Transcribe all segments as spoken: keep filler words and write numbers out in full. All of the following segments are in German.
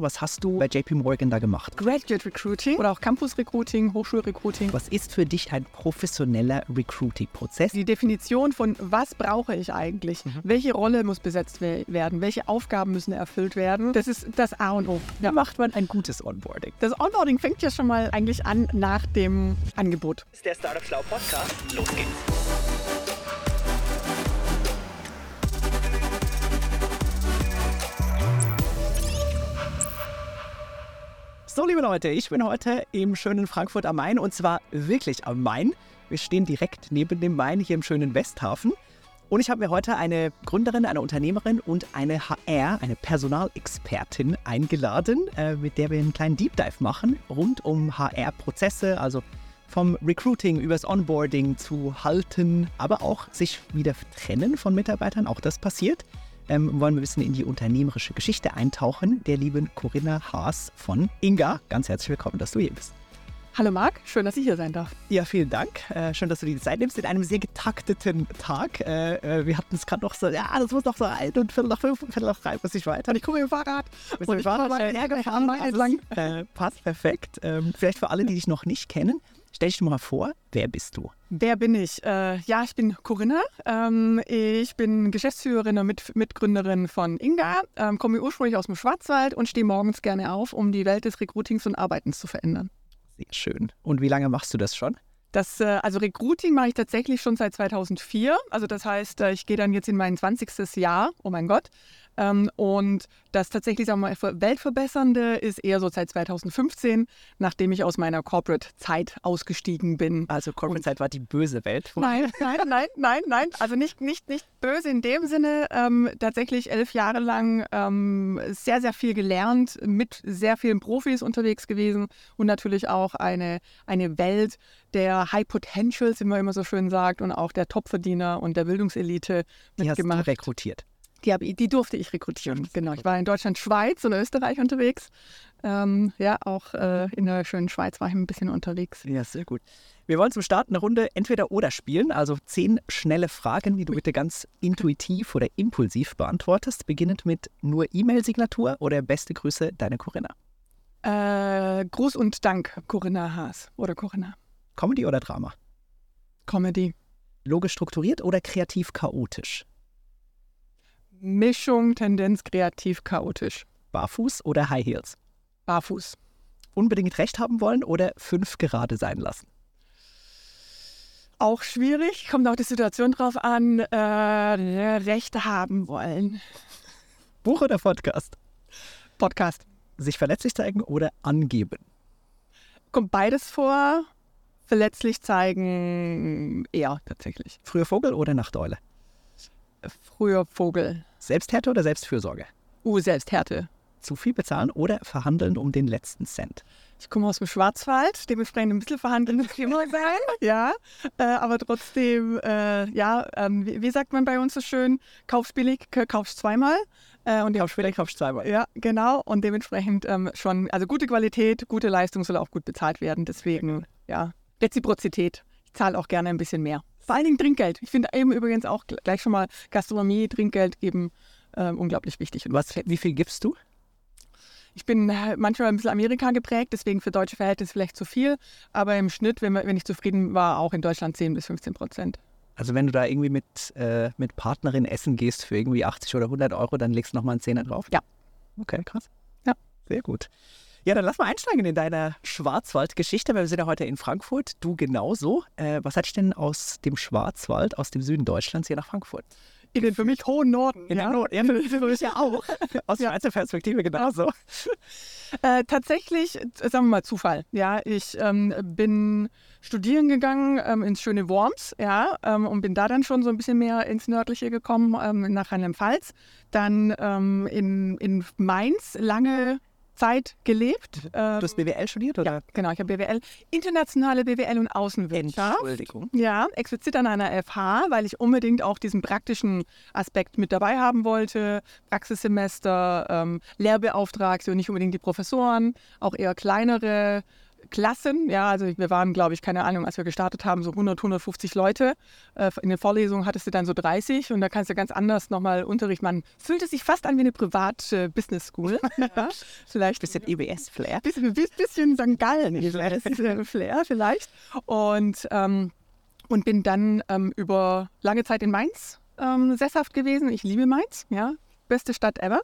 Was hast du bei J P Morgan da gemacht? Graduate Recruiting oder auch Campus Recruiting, Hochschulrecruiting. Was ist für dich ein professioneller Recruiting-Prozess? Die Definition von, was brauche ich eigentlich? Mhm. Welche Rolle muss besetzt werden? Welche Aufgaben müssen erfüllt werden? Das ist das A und O. Wie macht man ein gutes Onboarding? Das Onboarding fängt ja schon mal eigentlich an nach dem Angebot. Das ist der Startup Schlau Podcast. Los geht's. So, liebe Leute, ich bin heute im schönen Frankfurt am Main und zwar wirklich am Main. Wir stehen direkt neben dem Main hier im schönen Westhafen. Und ich habe mir heute eine Gründerin, eine Unternehmerin und eine H R, eine Personalexpertin eingeladen, äh, mit der wir einen kleinen Deep Dive machen rund um H R-Prozesse, also vom Recruiting übers Onboarding zu halten, aber auch sich wieder trennen von Mitarbeitern, auch das passiert. Ähm, wollen wir ein bisschen in die unternehmerische Geschichte eintauchen, der lieben Corinna Haas von Inga. Ganz herzlich willkommen, dass du hier bist. Hallo Marc, schön, dass ich hier sein darf. Ja, vielen Dank. Äh, schön, dass du dir die Zeit nimmst in einem sehr getakteten Tag. Äh, wir hatten es gerade noch so, ja, das muss noch so ein und Viertel nach fünf und Viertel nach drei muss ich weiter. Und ich gucke mit dem Fahrrad. Bist du mit dem Fahrrad hergefahren? Entlang. Äh, passt perfekt. Ähm, vielleicht für alle, die dich noch nicht kennen, stell dich mal vor, wer bist du? Wer bin ich? Äh, ja, ich bin Corinna. Ähm, ich bin Geschäftsführerin und Mit- Mitgründerin von Inga, ähm, komme ursprünglich aus dem Schwarzwald und stehe morgens gerne auf, um die Welt des Recruitings und Arbeitens zu verändern. Sehr schön. Und wie lange machst du das schon? Das, äh, also Recruiting mache ich tatsächlich schon seit zweitausendvier. Also das heißt, äh, ich gehe dann jetzt in mein zwanzigstes Jahr, oh mein Gott. Ähm, und das tatsächlich, sagen wir mal, Weltverbessernde ist eher so seit zweitausendfünfzehn, nachdem ich aus meiner Corporate-Zeit ausgestiegen bin. Also Corporate-Zeit war die böse Welt? Nein, nein, nein, nein, nein. Also nicht, nicht, nicht böse in dem Sinne. Ähm, tatsächlich elf Jahre lang ähm, sehr, sehr viel gelernt, mit sehr vielen Profis unterwegs gewesen und natürlich auch eine, eine Welt der High Potentials, wie man immer so schön sagt, und auch der Topverdiener und der Bildungselite die mitgemacht. Hast du rekrutiert? Die, hab, die durfte ich rekrutieren, genau. Ich war in Deutschland, Schweiz und Österreich unterwegs. Ähm, ja, auch äh, in der schönen Schweiz war ich ein bisschen unterwegs. Ja, sehr gut. Wir wollen zum Start eine Runde Entweder-Oder spielen, also zehn schnelle Fragen, die du bitte ganz intuitiv oder impulsiv beantwortest, beginnend mit nur E-Mail-Signatur oder beste Grüße, deine Corinna. Äh, Gruß und Dank, Corinna Haas oder Corinna. Comedy oder Drama? Comedy. Logisch strukturiert oder kreativ chaotisch? Mischung, Tendenz, kreativ, chaotisch. Barfuß oder High Heels? Barfuß. Unbedingt recht haben wollen oder fünf gerade sein lassen? Auch schwierig, kommt auch die Situation drauf an, äh, Rechte haben wollen. Buch oder Podcast? Podcast. Sich verletzlich zeigen oder angeben? Kommt beides vor, verletzlich zeigen eher tatsächlich. Früher Vogel oder Nachteule? Früher Vogel. Selbsthärte oder Selbstfürsorge? Uh, Selbsthärte. Zu viel bezahlen oder verhandeln um den letzten Cent? Ich komme aus dem Schwarzwald, dementsprechend ein bisschen verhandeln muss immer sein. Ja, äh, aber trotzdem, äh, ja, ähm, wie, wie sagt man bei uns so schön, kaufst billig, kaufst zweimal. Äh, und kaufst billig, kaufst zweimal. Ja, genau. Und dementsprechend ähm, schon, also gute Qualität, gute Leistung soll auch gut bezahlt werden. Deswegen, ja, Reziprozität. Ich zahle auch gerne ein bisschen mehr. Vor allen Dingen Trinkgeld. Ich finde eben übrigens auch gleich schon mal Gastronomie, Trinkgeld geben ähm, unglaublich wichtig. Und was, wie viel gibst du? Ich bin manchmal ein bisschen Amerika geprägt, deswegen für deutsche Verhältnisse vielleicht zu viel. Aber im Schnitt, wenn, wenn ich zufrieden war, auch in Deutschland zehn bis fünfzehn Prozent. Also wenn du da irgendwie mit, äh, mit Partnerin essen gehst für irgendwie achtzig oder hundert Euro, dann legst du nochmal einen Zehner drauf? Ja. Okay, krass. Ja. Sehr gut. Ja, dann lass mal einsteigen in deine Schwarzwald-Geschichte, weil wir sind ja heute in Frankfurt. Du genauso. Äh, was hat dich denn aus dem Schwarzwald, aus dem Süden Deutschlands hier nach Frankfurt? In den für mich hohen Norden. In ja, den Norden. Ja, für mich ja auch. Aus ja. Schweizer Perspektive genauso. Äh, tatsächlich, sagen wir mal Zufall. Ja, ich ähm, bin studieren gegangen ähm, ins schöne Worms, ja, ähm, und bin da dann schon so ein bisschen mehr ins Nördliche gekommen, ähm, nach Rheinland-Pfalz. Dann ähm, in, in Mainz lange Zeit gelebt. Ähm, du hast B W L studiert, oder? Ja, genau, ich habe B W L, internationale B W L und Außenwirtschaft. Entschuldigung. Ja, explizit an einer F H, weil ich unbedingt auch diesen praktischen Aspekt mit dabei haben wollte. Praxissemester, ähm, Lehrbeauftragte und nicht unbedingt die Professoren, auch eher kleinere Klassen, ja, also wir waren, glaube ich, keine Ahnung, als wir gestartet haben, so hundert, hundertfünfzig Leute. Äh, in den Vorlesungen hattest du dann so dreißig und da kannst du ganz anders nochmal Unterricht machen. Fühlte sich fast an wie eine Privat-Business-School. Ja, vielleicht. Bisschen E B S-Flair. Bisschen, bisschen Sankt Gallen-Flair vielleicht. Und, ähm, und bin dann ähm, über lange Zeit in Mainz ähm, sesshaft gewesen. Ich liebe Mainz, ja, beste Stadt ever.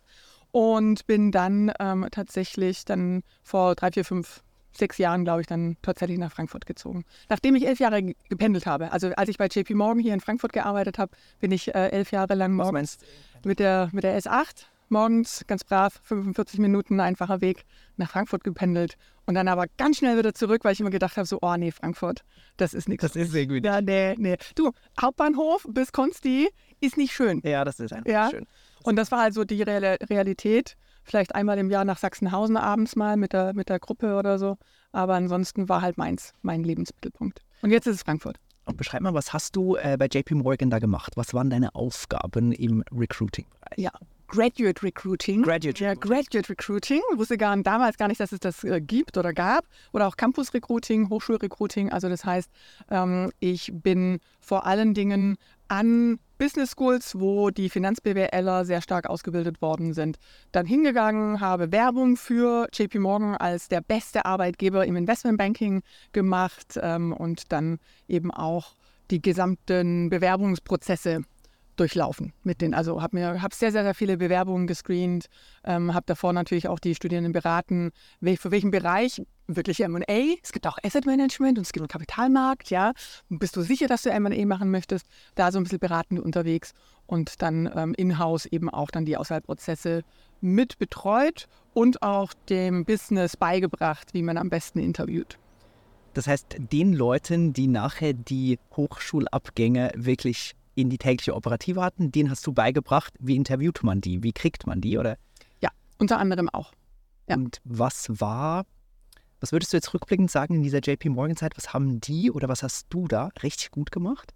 Und bin dann ähm, tatsächlich dann vor drei, vier, fünf, sechs Jahren, glaube ich, dann tatsächlich nach Frankfurt gezogen. Nachdem ich elf Jahre ge- gependelt habe. Also als ich bei J P Morgan hier in Frankfurt gearbeitet habe, bin ich äh, elf Jahre lang morgens mit der, mit der S acht morgens ganz brav, fünfundvierzig Minuten einfacher Weg nach Frankfurt gependelt. Und dann aber ganz schnell wieder zurück, weil ich immer gedacht habe, so, oh nee, Frankfurt, das ist nichts. Das ist sehr gut. Ja, nee, nee. Du, Hauptbahnhof bis Konsti ist nicht schön. Ja, das ist einfach Ja. schön. Und das war also die Real- Realität. Vielleicht einmal im Jahr nach Sachsenhausen abends mal mit der, mit der Gruppe oder so. Aber ansonsten war halt Mainz mein Lebensmittelpunkt. Und jetzt ist es Frankfurt. Und beschreib mal, was hast du äh, bei J P Morgan da gemacht? Was waren deine Aufgaben im Recruiting-Bereich? Ja, Graduate Recruiting. Graduate Ja, Graduate Recruiting. Ich wusste gar, damals gar nicht, dass es das äh, gibt oder gab. Oder auch Campus Recruiting, Hochschulrecruiting. Also das heißt, ähm, ich bin vor allen Dingen an Business Schools, wo die Finanz-BWLer sehr stark ausgebildet worden sind, dann hingegangen, habe Werbung für J P Morgan als der beste Arbeitgeber im Investmentbanking gemacht ähm, und dann eben auch die gesamten Bewerbungsprozesse durchlaufen mit den, also habe mir habe sehr, sehr, sehr viele Bewerbungen gescreent, ähm, habe davor natürlich auch die Studierenden beraten, wel, für welchen Bereich, wirklich M und A, es gibt auch Asset Management und es gibt einen Kapitalmarkt, ja, bist du sicher, dass du M und A machen möchtest, da so ein bisschen beratend unterwegs und dann ähm, in-house eben auch dann die Auswahlprozesse mit betreut und auch dem Business beigebracht, wie man am besten interviewt. Das heißt, den Leuten, die nachher die Hochschulabgänge wirklich in die tägliche Operative hatten, denen hast du beigebracht, wie interviewt man die, wie kriegt man die, oder? Ja, unter anderem auch. Ja. Und was war, was würdest du jetzt rückblickend sagen in dieser J P Morgan-Zeit, was haben die oder was hast du da richtig gut gemacht?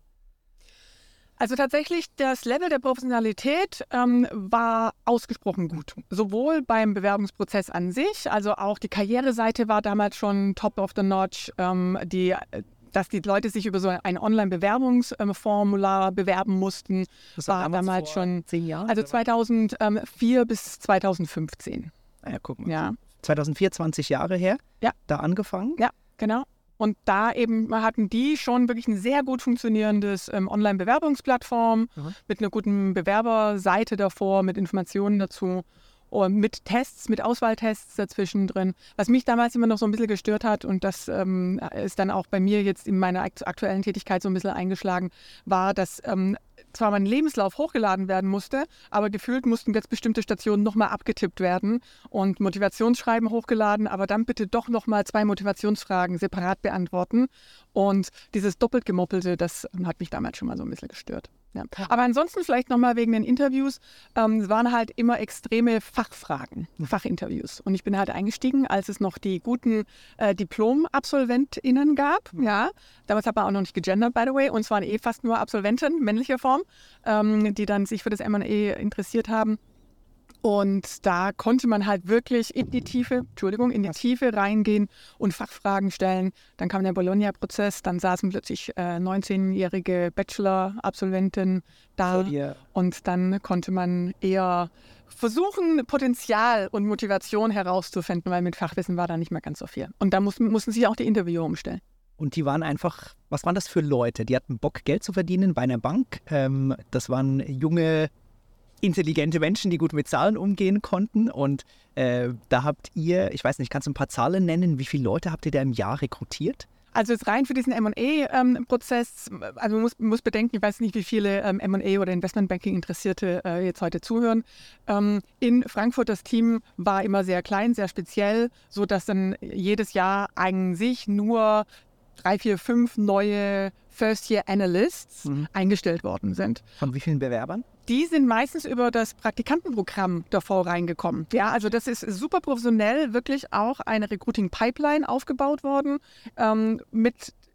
Also tatsächlich, das Level der Professionalität ähm, war ausgesprochen gut. Sowohl beim Bewerbungsprozess an sich, also auch die Karriereseite war damals schon top of the notch. Ähm, die, dass die Leute sich über so ein Online-Bewerbungsformular bewerben mussten, Das war damals schon zehn Jahren? also zweitausendvier bis zweitausendfünfzehn. Naja, guck mal. Ja, zweitausendvier, zwanzig Jahre her, Ja. da angefangen. ja, genau. Und da eben hatten die schon wirklich ein sehr gut funktionierendes ähm, Online-Bewerbungsplattform Mhm. mit einer guten Bewerberseite davor, mit Informationen dazu und mit Tests, mit Auswahltests dazwischen drin. Was mich damals immer noch so ein bisschen gestört hat und das ähm, ist dann auch bei mir jetzt in meiner akt- aktuellen Tätigkeit so ein bisschen eingeschlagen, war, dass ähm, zwar mein Lebenslauf hochgeladen werden musste, aber gefühlt mussten jetzt bestimmte Stationen nochmal abgetippt werden und Motivationsschreiben hochgeladen, aber dann bitte doch nochmal zwei Motivationsfragen separat beantworten. Und dieses doppelt gemoppelte, das hat mich damals schon mal so ein bisschen gestört. Ja. Aber ansonsten vielleicht nochmal wegen den Interviews, ähm, es waren halt immer extreme Fachfragen, Fachinterviews. Und ich bin halt eingestiegen, als es noch die guten äh, Diplom-AbsolventInnen gab. Ja. Damals hat man auch noch nicht gegendert, by the way. Und es waren eh fast nur Absolventen, männlicher Form, ähm, die dann sich für das M und A interessiert haben. Und da konnte man halt wirklich in die Tiefe, Entschuldigung, in die Tiefe reingehen und Fachfragen stellen. Dann kam der Bologna-Prozess, dann saßen plötzlich äh, neunzehnjährige Bachelor-Absolventen da. Vor dir. Und dann konnte man eher versuchen, Potenzial und Motivation herauszufinden, weil mit Fachwissen war da nicht mehr ganz so viel. Und da mussten, mussten sich auch die Interviewer umstellen. Und die waren einfach, was waren das für Leute? Die hatten Bock, Geld zu verdienen bei einer Bank. Ähm, das waren junge, intelligente Menschen, die gut mit Zahlen umgehen konnten. Und äh, da habt ihr, ich weiß nicht, kannst du ein paar Zahlen nennen? Wie viele Leute habt ihr da im Jahr rekrutiert? Also jetzt rein für diesen M und A-Prozess, also man muss, muss bedenken, ich weiß nicht, wie viele ähm, M und A oder Investmentbanking-Interessierte äh, jetzt heute zuhören. Ähm, in Frankfurt das Team war immer sehr klein, sehr speziell, sodass dann jedes Jahr an sich nur drei, vier, fünf neue First-Year-Analysts Mhm. eingestellt worden sind. Von wie vielen Bewerbern? Die sind meistens über das Praktikantenprogramm davor reingekommen. Ja, also das ist super professionell, wirklich auch eine Recruiting-Pipeline aufgebaut worden ähm, mit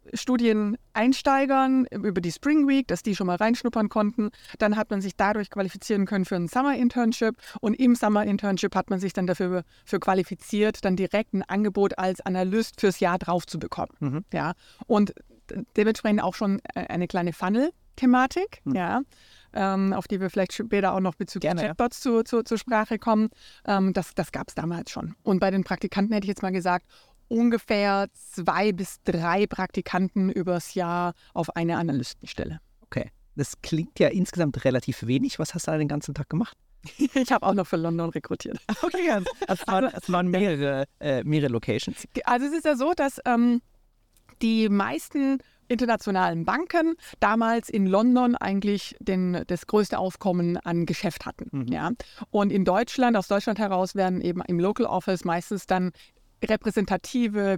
Studieneinsteigern über die Spring Week, dass die schon mal reinschnuppern konnten. Dann hat man sich dadurch qualifizieren können für ein Summer Internship und im Summer Internship hat man sich dann dafür für qualifiziert, dann direkt ein Angebot als Analyst fürs Jahr drauf zu bekommen. Mhm. Ja, und dementsprechend auch schon eine kleine Funnel-Thematik, mhm. ja, ähm, auf die wir vielleicht später auch noch bezüglich Gerne, Chatbots ja. zu, zu, zur Sprache kommen. Ähm, das das gab es damals schon. Und bei den Praktikanten hätte ich jetzt mal gesagt, ungefähr zwei bis drei Praktikanten übers Jahr auf eine Analystenstelle. Okay, das klingt ja insgesamt relativ wenig. Was hast du da den ganzen Tag gemacht? Ich habe auch noch für London rekrutiert. Okay, ja. Es waren, es waren mehrere, äh, mehrere Locations. Also es ist ja so, dass ähm, die meisten internationalen Banken damals in London eigentlich den, das größte Aufkommen an Geschäft hatten. Mhm. Ja? Und in Deutschland, aus Deutschland heraus werden eben im Local Office meistens dann repräsentative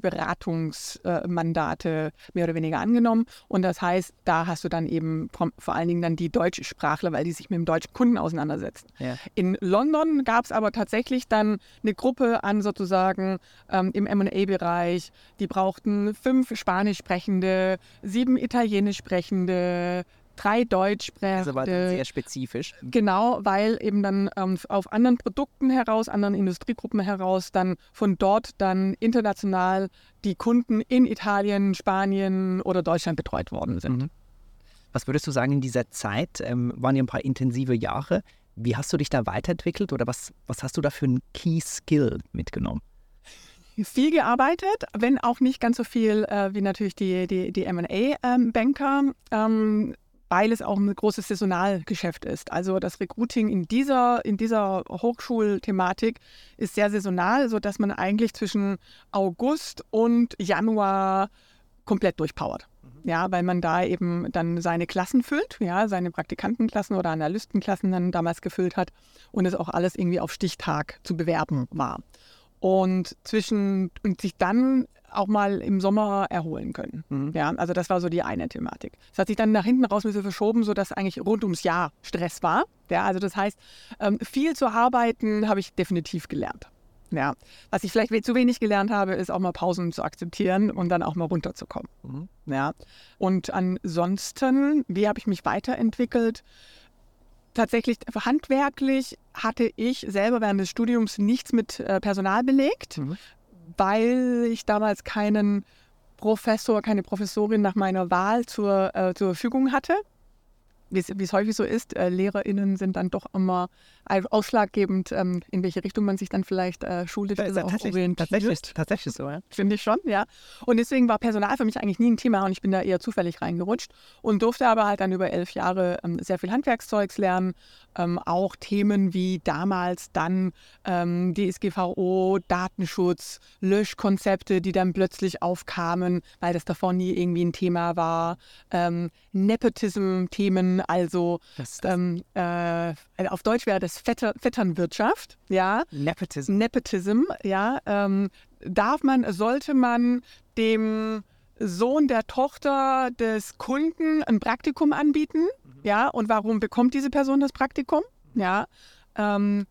Beratungsmandate mehr oder weniger angenommen. Und das heißt, da hast du dann eben vor allen Dingen dann die Deutschsprachler, weil die sich mit dem deutschen Kunden auseinandersetzen. Ja. In London gab es aber tatsächlich dann eine Gruppe an sozusagen ähm, im M und A-Bereich, die brauchten fünf Spanisch sprechende, sieben Italienisch sprechende, drei Deutschsprechende. Also war das sehr spezifisch. Genau, weil eben dann ähm, auf anderen Produkten heraus, anderen Industriegruppen heraus, dann von dort dann international die Kunden in Italien, Spanien oder Deutschland betreut worden sind. Mhm. Was würdest du sagen, in dieser Zeit ähm, waren ja ein paar intensive Jahre. Wie hast du dich da weiterentwickelt oder was, was hast du da für einen Key Skill mitgenommen? Viel gearbeitet, wenn auch nicht ganz so viel äh, wie natürlich die, die, die M und A-Banker. Ähm, weil es auch ein großes Saisonalgeschäft ist. Also das Recruiting in dieser, in dieser Hochschulthematik ist sehr saisonal, sodass man eigentlich zwischen August und Januar komplett durchpowert. Mhm. Ja, weil man da eben dann seine Klassen füllt, ja, seine Praktikantenklassen oder Analystenklassen dann damals gefüllt hat und es auch alles irgendwie auf Stichtag zu bewerben war. Und zwischen und sich dann auch mal im Sommer erholen können. Mhm. Ja, also das war so die eine Thematik. Das hat sich dann nach hinten raus ein bisschen verschoben, sodass eigentlich rund ums Jahr Stress war. Ja, also das heißt, viel zu arbeiten habe ich definitiv gelernt. Ja, was ich vielleicht zu wenig gelernt habe, ist auch mal Pausen zu akzeptieren und dann auch mal runterzukommen. Mhm. Ja, und ansonsten, wie habe ich mich weiterentwickelt? Tatsächlich handwerklich hatte ich selber während des Studiums nichts mit äh, Personal belegt, mhm. weil ich damals keinen Professor, keine Professorin nach meiner Wahl zur, äh, zur Verfügung hatte. Wie es häufig so ist, äh, LehrerInnen sind dann doch immer ausschlaggebend, ähm, in welche Richtung man sich dann vielleicht äh, schulisch ja, auch orientiert. Tatsächlich, tatsächlich so, ja. Finde ich schon, ja. Und deswegen war Personal für mich eigentlich nie ein Thema und ich bin da eher zufällig reingerutscht und durfte aber halt dann über elf Jahre ähm, sehr viel Handwerkszeugs lernen. Ähm, auch Themen wie damals dann ähm, D S G V O, Datenschutz, Löschkonzepte, die dann plötzlich aufkamen, weil das davor nie irgendwie ein Thema war. Ähm, Nepotism-Themen, also das, das ähm, äh, auf Deutsch wäre das Vetter, Vetternwirtschaft, ja. Nepotism. Nepotism, ja. Ähm, darf man, sollte man dem Sohn der Tochter des Kunden ein Praktikum anbieten? Mhm. Ja, und warum bekommt diese Person das Praktikum? Ja, ähm,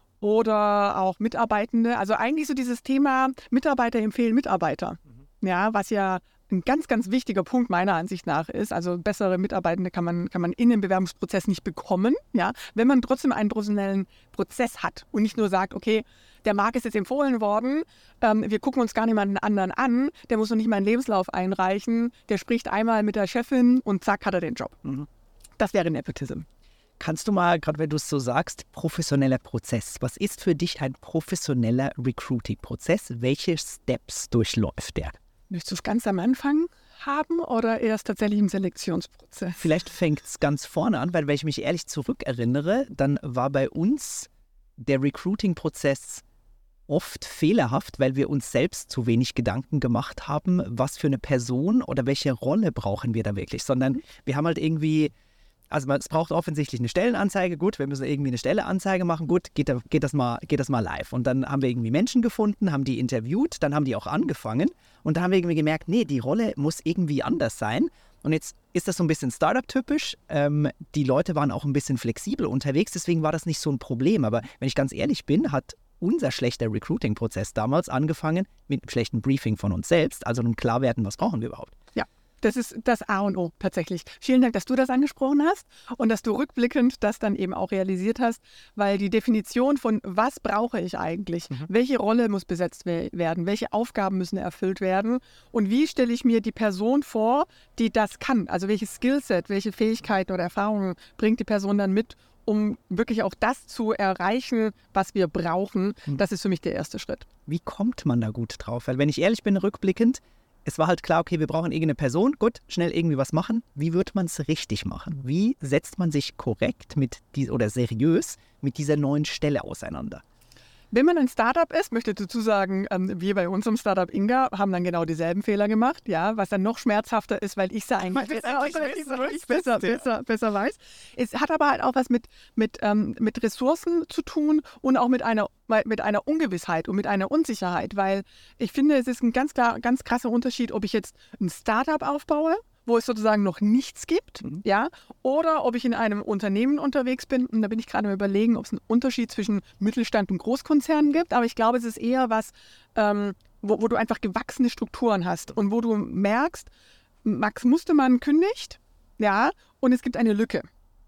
oder auch Mitarbeitende. Also eigentlich so dieses Thema Mitarbeiter empfehlen Mitarbeiter. Mhm. Ja, was ja ein ganz, ganz wichtiger Punkt meiner Ansicht nach ist. Also bessere Mitarbeitende kann man, kann man in dem Bewerbungsprozess nicht bekommen, ja, wenn man trotzdem einen professionellen Prozess hat und nicht nur sagt, okay, der Marc ist jetzt empfohlen worden, ähm, wir gucken uns gar niemanden anderen an, der muss noch nicht mal einen Lebenslauf einreichen, der spricht einmal mit der Chefin und zack, hat er den Job. Mhm. Das wäre Nepotism. Kannst du mal, gerade wenn du es so sagst, professioneller Prozess. Was ist für dich ein professioneller Recruiting-Prozess? Welche Steps durchläuft der? Möchtest du es ganz am Anfang haben oder erst tatsächlich im Selektionsprozess? Vielleicht fängt es ganz vorne an, weil wenn ich mich ehrlich zurückerinnere, dann war bei uns der Recruiting-Prozess oft fehlerhaft, weil wir uns selbst zu wenig Gedanken gemacht haben, was für eine Person oder welche Rolle brauchen wir da wirklich, sondern wir haben halt irgendwie, also es braucht offensichtlich eine Stellenanzeige, gut, wir müssen irgendwie eine Stellenanzeige machen, gut, geht, geht, das mal, geht das mal live. Und dann haben wir irgendwie Menschen gefunden, haben die interviewt, dann haben die auch angefangen und dann haben wir irgendwie gemerkt, nee, die Rolle muss irgendwie anders sein. Und jetzt ist das so ein bisschen Startup-typisch. Ähm, die Leute waren auch ein bisschen flexibel unterwegs, deswegen war das nicht so ein Problem. Aber wenn ich ganz ehrlich bin, hat unser schlechter Recruiting-Prozess damals angefangen mit einem schlechten Briefing von uns selbst, also einem Klarwerden, was brauchen wir überhaupt. Ja, Das ist das A und O tatsächlich. Vielen Dank, dass du das angesprochen hast und dass du rückblickend das dann eben auch realisiert hast, weil die Definition von was brauche ich eigentlich, mhm. welche Rolle muss besetzt we- werden, welche Aufgaben müssen erfüllt werden und wie stelle ich mir die Person vor, die das kann, also welches Skillset, welche Fähigkeiten oder Erfahrungen bringt die Person dann mit, um wirklich auch das zu erreichen, was wir brauchen. Das ist für mich der erste Schritt. Wie kommt man da gut drauf? Weil wenn ich ehrlich bin, rückblickend, es war halt klar, okay, wir brauchen irgendeine Person, gut, schnell irgendwie was machen. Wie wird man es richtig machen? Wie setzt man sich korrekt mit die, oder seriös mit dieser neuen Stelle auseinander? Wenn man ein Startup ist, möchte ich dazu sagen, ähm, wir bei unserem Startup Inga haben dann genau dieselben Fehler gemacht, ja, was dann noch schmerzhafter ist, weil ich es eigentlich besser, besser, besser, besser weiß. Es hat aber halt auch was mit, mit, ähm, mit Ressourcen zu tun und auch mit einer, mit einer Ungewissheit und mit einer Unsicherheit, weil ich finde, es ist ein ganz, klar, ganz krasser Unterschied, ob ich jetzt ein Startup aufbaue, wo es sozusagen noch nichts gibt, mhm. ja, oder ob ich in einem Unternehmen unterwegs bin. Und da bin ich gerade am Überlegen, ob es einen Unterschied zwischen Mittelstand und Großkonzernen gibt. Aber ich glaube, es ist eher was, ähm, wo, wo du einfach gewachsene Strukturen hast und wo du merkst, Max Mustermann kündigt, ja, und es gibt eine Lücke.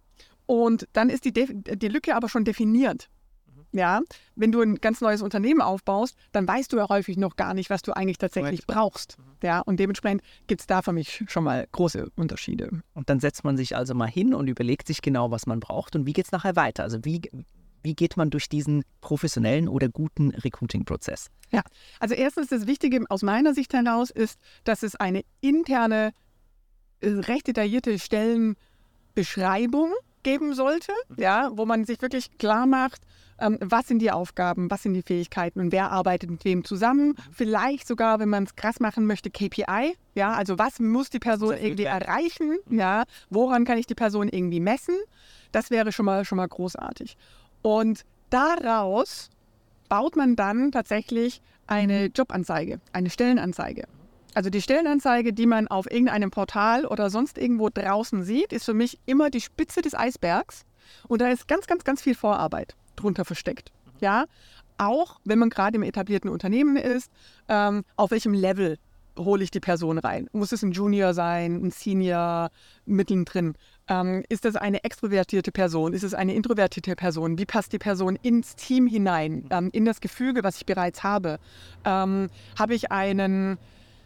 Und dann ist die, De- die Lücke aber schon definiert. Ja, wenn du ein ganz neues Unternehmen aufbaust, dann weißt du ja häufig noch gar nicht, was du eigentlich tatsächlich right. brauchst. Ja, und dementsprechend gibt es da für mich schon mal große Unterschiede. Und dann setzt man sich also mal hin und überlegt sich genau, was man braucht und wie geht es nachher weiter? Also wie, wie geht man durch diesen professionellen oder guten Recruiting-Prozess? Ja, also erstens das Wichtige aus meiner Sicht heraus ist, dass es eine interne, recht detaillierte Stellenbeschreibung geben sollte, ja, wo man sich wirklich klar macht, ähm, was sind die Aufgaben, was sind die Fähigkeiten und wer arbeitet mit wem zusammen. Vielleicht sogar, wenn man es krass machen möchte, K P I, ja, also was muss die Person irgendwie erreichen, ja, woran kann ich die Person irgendwie messen. Das wäre schon mal, schon mal großartig. Und daraus baut man dann tatsächlich eine Jobanzeige, eine Stellenanzeige. Also die Stellenanzeige, die man auf irgendeinem Portal oder sonst irgendwo draußen sieht, ist für mich immer die Spitze des Eisbergs. Und da ist ganz, ganz, ganz viel Vorarbeit drunter versteckt. Ja, auch wenn man gerade im etablierten Unternehmen ist, ähm, auf welchem Level hole ich die Person rein? Muss es ein Junior sein, ein Senior, mittendrin? Ähm, ist das eine extrovertierte Person? Ist es eine introvertierte Person? Wie passt die Person ins Team hinein, ähm, in das Gefüge, was ich bereits habe? Ähm, habe ich einen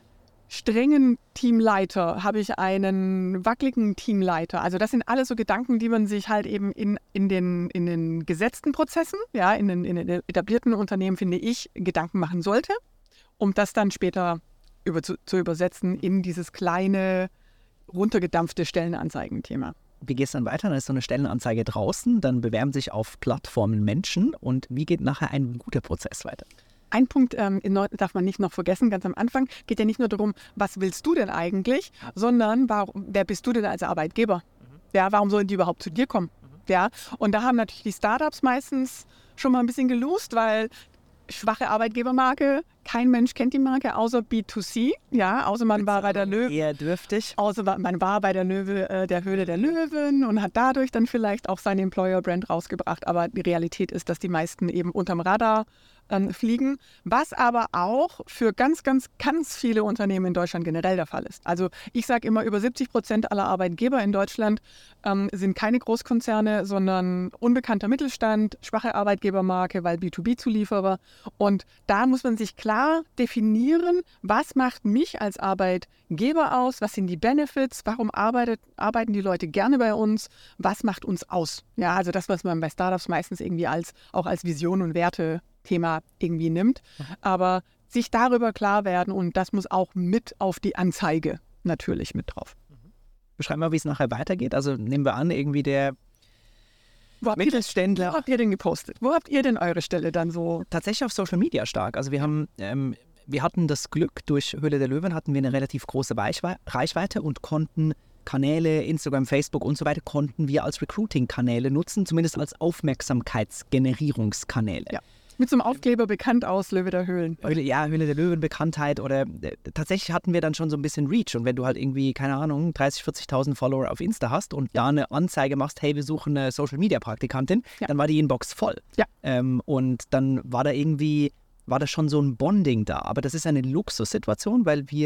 strengen Teamleiter, habe ich einen wackeligen Teamleiter. Also das sind alles so Gedanken, die man sich halt eben in, in, den, in den gesetzten Prozessen, ja, in den, in den etablierten Unternehmen, finde ich, Gedanken machen sollte, um das dann später über, zu, zu übersetzen in dieses kleine, runtergedampfte Stellenanzeigen-Thema. Wie geht es dann weiter? Dann ist so eine Stellenanzeige draußen, dann bewerben sich auf Plattformen Menschen und wie geht nachher ein guter Prozess weiter? Ein Punkt ähm, darf man nicht noch vergessen, ganz am Anfang, geht ja nicht nur darum, was willst du denn eigentlich, sondern warum, wer bist du denn als Arbeitgeber? Mhm. Ja, warum sollen die überhaupt zu dir kommen? Mhm. Ja, und da haben natürlich die Startups meistens schon mal ein bisschen gelost, weil schwache Arbeitgebermarke, kein Mensch kennt die Marke, außer B zwei C, ja, außer man war bei der Löwe. Eher dürftig. Außer man war bei der Löwe, äh, der Höhle der Löwen und hat dadurch dann vielleicht auch seine Employer-Brand rausgebracht, aber die Realität ist, dass die meisten eben unterm Radar ähm, fliegen, was aber auch für ganz, ganz, ganz viele Unternehmen in Deutschland generell der Fall ist. Also ich sage immer, über siebzig Prozent aller Arbeitgeber in Deutschland ähm, sind keine Großkonzerne, sondern unbekannter Mittelstand, schwache Arbeitgebermarke, weil B zwei B-Zulieferer. Und da muss man sich klar definieren, was macht mich als Arbeitgeber aus, was sind die Benefits, warum arbeitet, arbeiten die Leute gerne bei uns, was macht uns aus. Ja, also das, was man bei Startups meistens irgendwie als, auch als Vision und Werte-Thema irgendwie nimmt. Aber sich darüber klar werden und das muss auch mit auf die Anzeige natürlich mit drauf. Beschreib mal, wie es nachher weitergeht. Also nehmen wir an, irgendwie der Wo Mittelständler. Wo habt ihr denn gepostet? Wo habt ihr denn eure Stelle dann so? Tatsächlich auf Social Media stark. Also wir haben, ähm, wir hatten das Glück, durch Höhle der Löwen hatten wir eine relativ große Reichweite und konnten Kanäle, Instagram, Facebook und so weiter, konnten wir als Recruiting-Kanäle nutzen, zumindest als Aufmerksamkeitsgenerierungskanäle. Ja. Mit so einem Aufkleber bekannt aus Löwe der Höhlen. Ja, Höhle der Löwen, Bekanntheit oder äh, tatsächlich hatten wir dann schon so ein bisschen Reach. Und wenn du halt irgendwie, keine Ahnung, dreißigtausend, vierzigtausend Follower auf Insta hast und ja. da eine Anzeige machst, hey, wir suchen eine Social-Media-Praktikantin, ja. dann war die Inbox voll. Ja. Ähm, und dann war da irgendwie, war da schon so ein Bonding da. Aber das ist eine Luxussituation, weil wir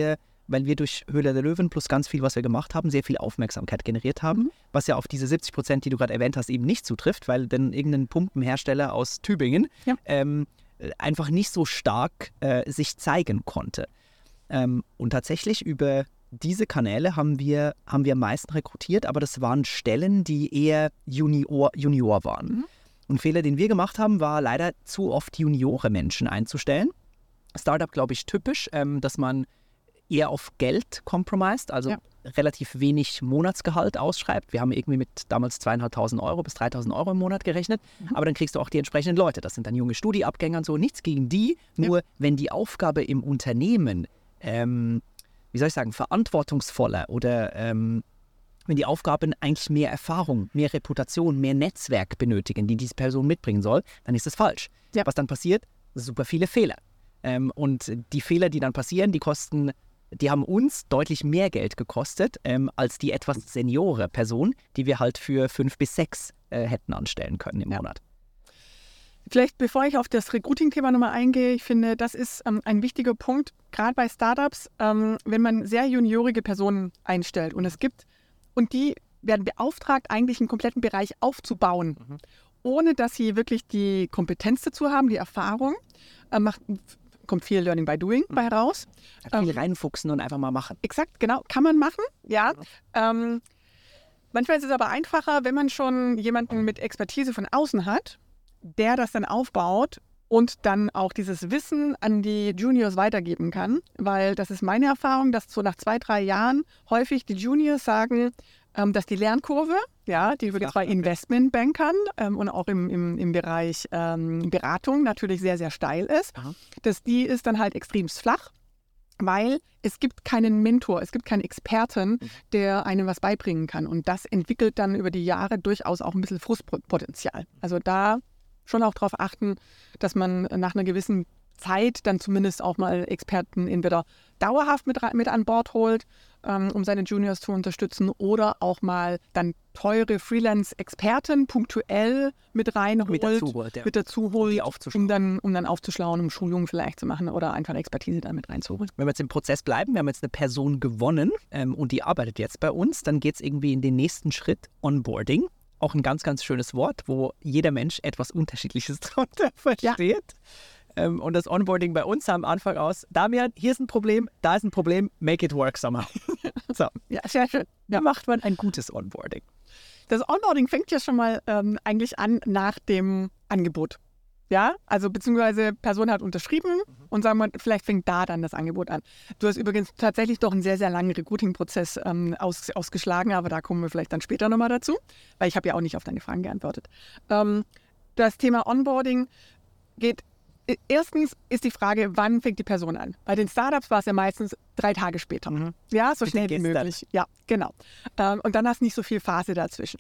weil wir durch Höhle der Löwen plus ganz viel, was wir gemacht haben, sehr viel Aufmerksamkeit generiert haben, mhm. was ja auf diese siebzig Prozent, die du gerade erwähnt hast, eben nicht zutrifft, weil dann irgendein Pumpenhersteller aus Tübingen ja. ähm, einfach nicht so stark äh, sich zeigen konnte. Ähm, und tatsächlich über diese Kanäle haben wir, haben wir am meisten rekrutiert, aber das waren Stellen, die eher Junior, Junior waren. Mhm. Und ein Fehler, den wir gemacht haben, war leider zu oft juniore Menschen einzustellen. Startup, glaube ich, typisch, ähm, dass man eher auf Geld compromised, also ja. relativ wenig Monatsgehalt ausschreibt. Wir haben irgendwie mit damals zweieinhalbtausend Euro bis dreitausend Euro im Monat gerechnet, mhm. aber dann kriegst du auch die entsprechenden Leute. Das sind dann junge Studieabgänger und so, nichts gegen die. Nur ja. wenn die Aufgabe im Unternehmen, ähm, wie soll ich sagen, verantwortungsvoller oder ähm, wenn die Aufgaben eigentlich mehr Erfahrung, mehr Reputation, mehr Netzwerk benötigen, die diese Person mitbringen soll, dann ist das falsch. Ja. Was dann passiert? Super viele Fehler. Ähm, und die Fehler, die dann passieren, die kosten, die haben uns deutlich mehr Geld gekostet, ähm, als die etwas seniore Person, die wir halt für fünf bis sechs äh, hätten anstellen können im ja. Monat. Vielleicht, bevor ich auf das Recruiting-Thema nochmal eingehe, ich finde, das ist ähm, ein wichtiger Punkt, gerade bei Startups, ähm, wenn man sehr juniorige Personen einstellt und es gibt, und die werden beauftragt, eigentlich einen kompletten Bereich aufzubauen, mhm. ohne dass sie wirklich die Kompetenz dazu haben, die Erfahrung, äh, macht, kommt viel Learning by Doing bei raus. Ja, viel ähm, reinfuchsen und einfach mal machen. Exakt, genau, kann man machen, ja. ja. Ähm, manchmal ist es aber einfacher, wenn man schon jemanden mit Expertise von außen hat, der das dann aufbaut und dann auch dieses Wissen an die Juniors weitergeben kann, weil das ist meine Erfahrung, dass so nach zwei, drei Jahren häufig die Juniors sagen, ähm, dass die Lernkurve, ja, die wirklich bei Investmentbankern ähm, und auch im, im, im Bereich ähm, Beratung natürlich sehr, sehr steil ist, Aha. dass die ist dann halt extremst flach, weil es gibt keinen Mentor, es gibt keinen Experten, der einem was beibringen kann und das entwickelt dann über die Jahre durchaus auch ein bisschen Frustpotenzial. Also da schon auch darauf achten, dass man nach einer gewissen Zeit dann zumindest auch mal Experten entweder dauerhaft mit, mit an Bord holt, ähm, um seine Juniors zu unterstützen oder auch mal dann teure Freelance-Experten punktuell mit reinholt, mit dazu holt, ja. mit dazu holt um, dann, um dann aufzuschlauen, um Schulungen vielleicht zu machen oder einfach Expertise dann mit reinzuholen. Wenn wir jetzt im Prozess bleiben, wir haben jetzt eine Person gewonnen ähm, und die arbeitet jetzt bei uns, dann geht es irgendwie in den nächsten Schritt Onboarding. Auch ein ganz, ganz schönes Wort, wo jeder Mensch etwas Unterschiedliches darunter versteht. Ja. Ähm, und das Onboarding bei uns sah am Anfang aus, Damian, hier ist ein Problem, da ist ein Problem, make it work somehow. So. Ja, sehr schön. Wie ja. macht man ein gutes Onboarding? Das Onboarding fängt ja schon mal ähm, eigentlich an nach dem Angebot. Ja, also beziehungsweise Person hat unterschrieben mhm. und sagen wir, vielleicht fängt da dann das Angebot an. Du hast übrigens tatsächlich doch einen sehr, sehr langen Recruiting-Prozess ähm, aus, ausgeschlagen, aber da kommen wir vielleicht dann später nochmal dazu, weil ich habe ja auch nicht auf deine Fragen geantwortet. Ähm, das Thema Onboarding geht, erstens ist die Frage, wann fängt die Person an? Bei den Startups war es ja meistens drei Tage später. Mhm. Ja, so schnell wie möglich. Ja, genau. Ähm, und dann hast du nicht so viel Phase dazwischen.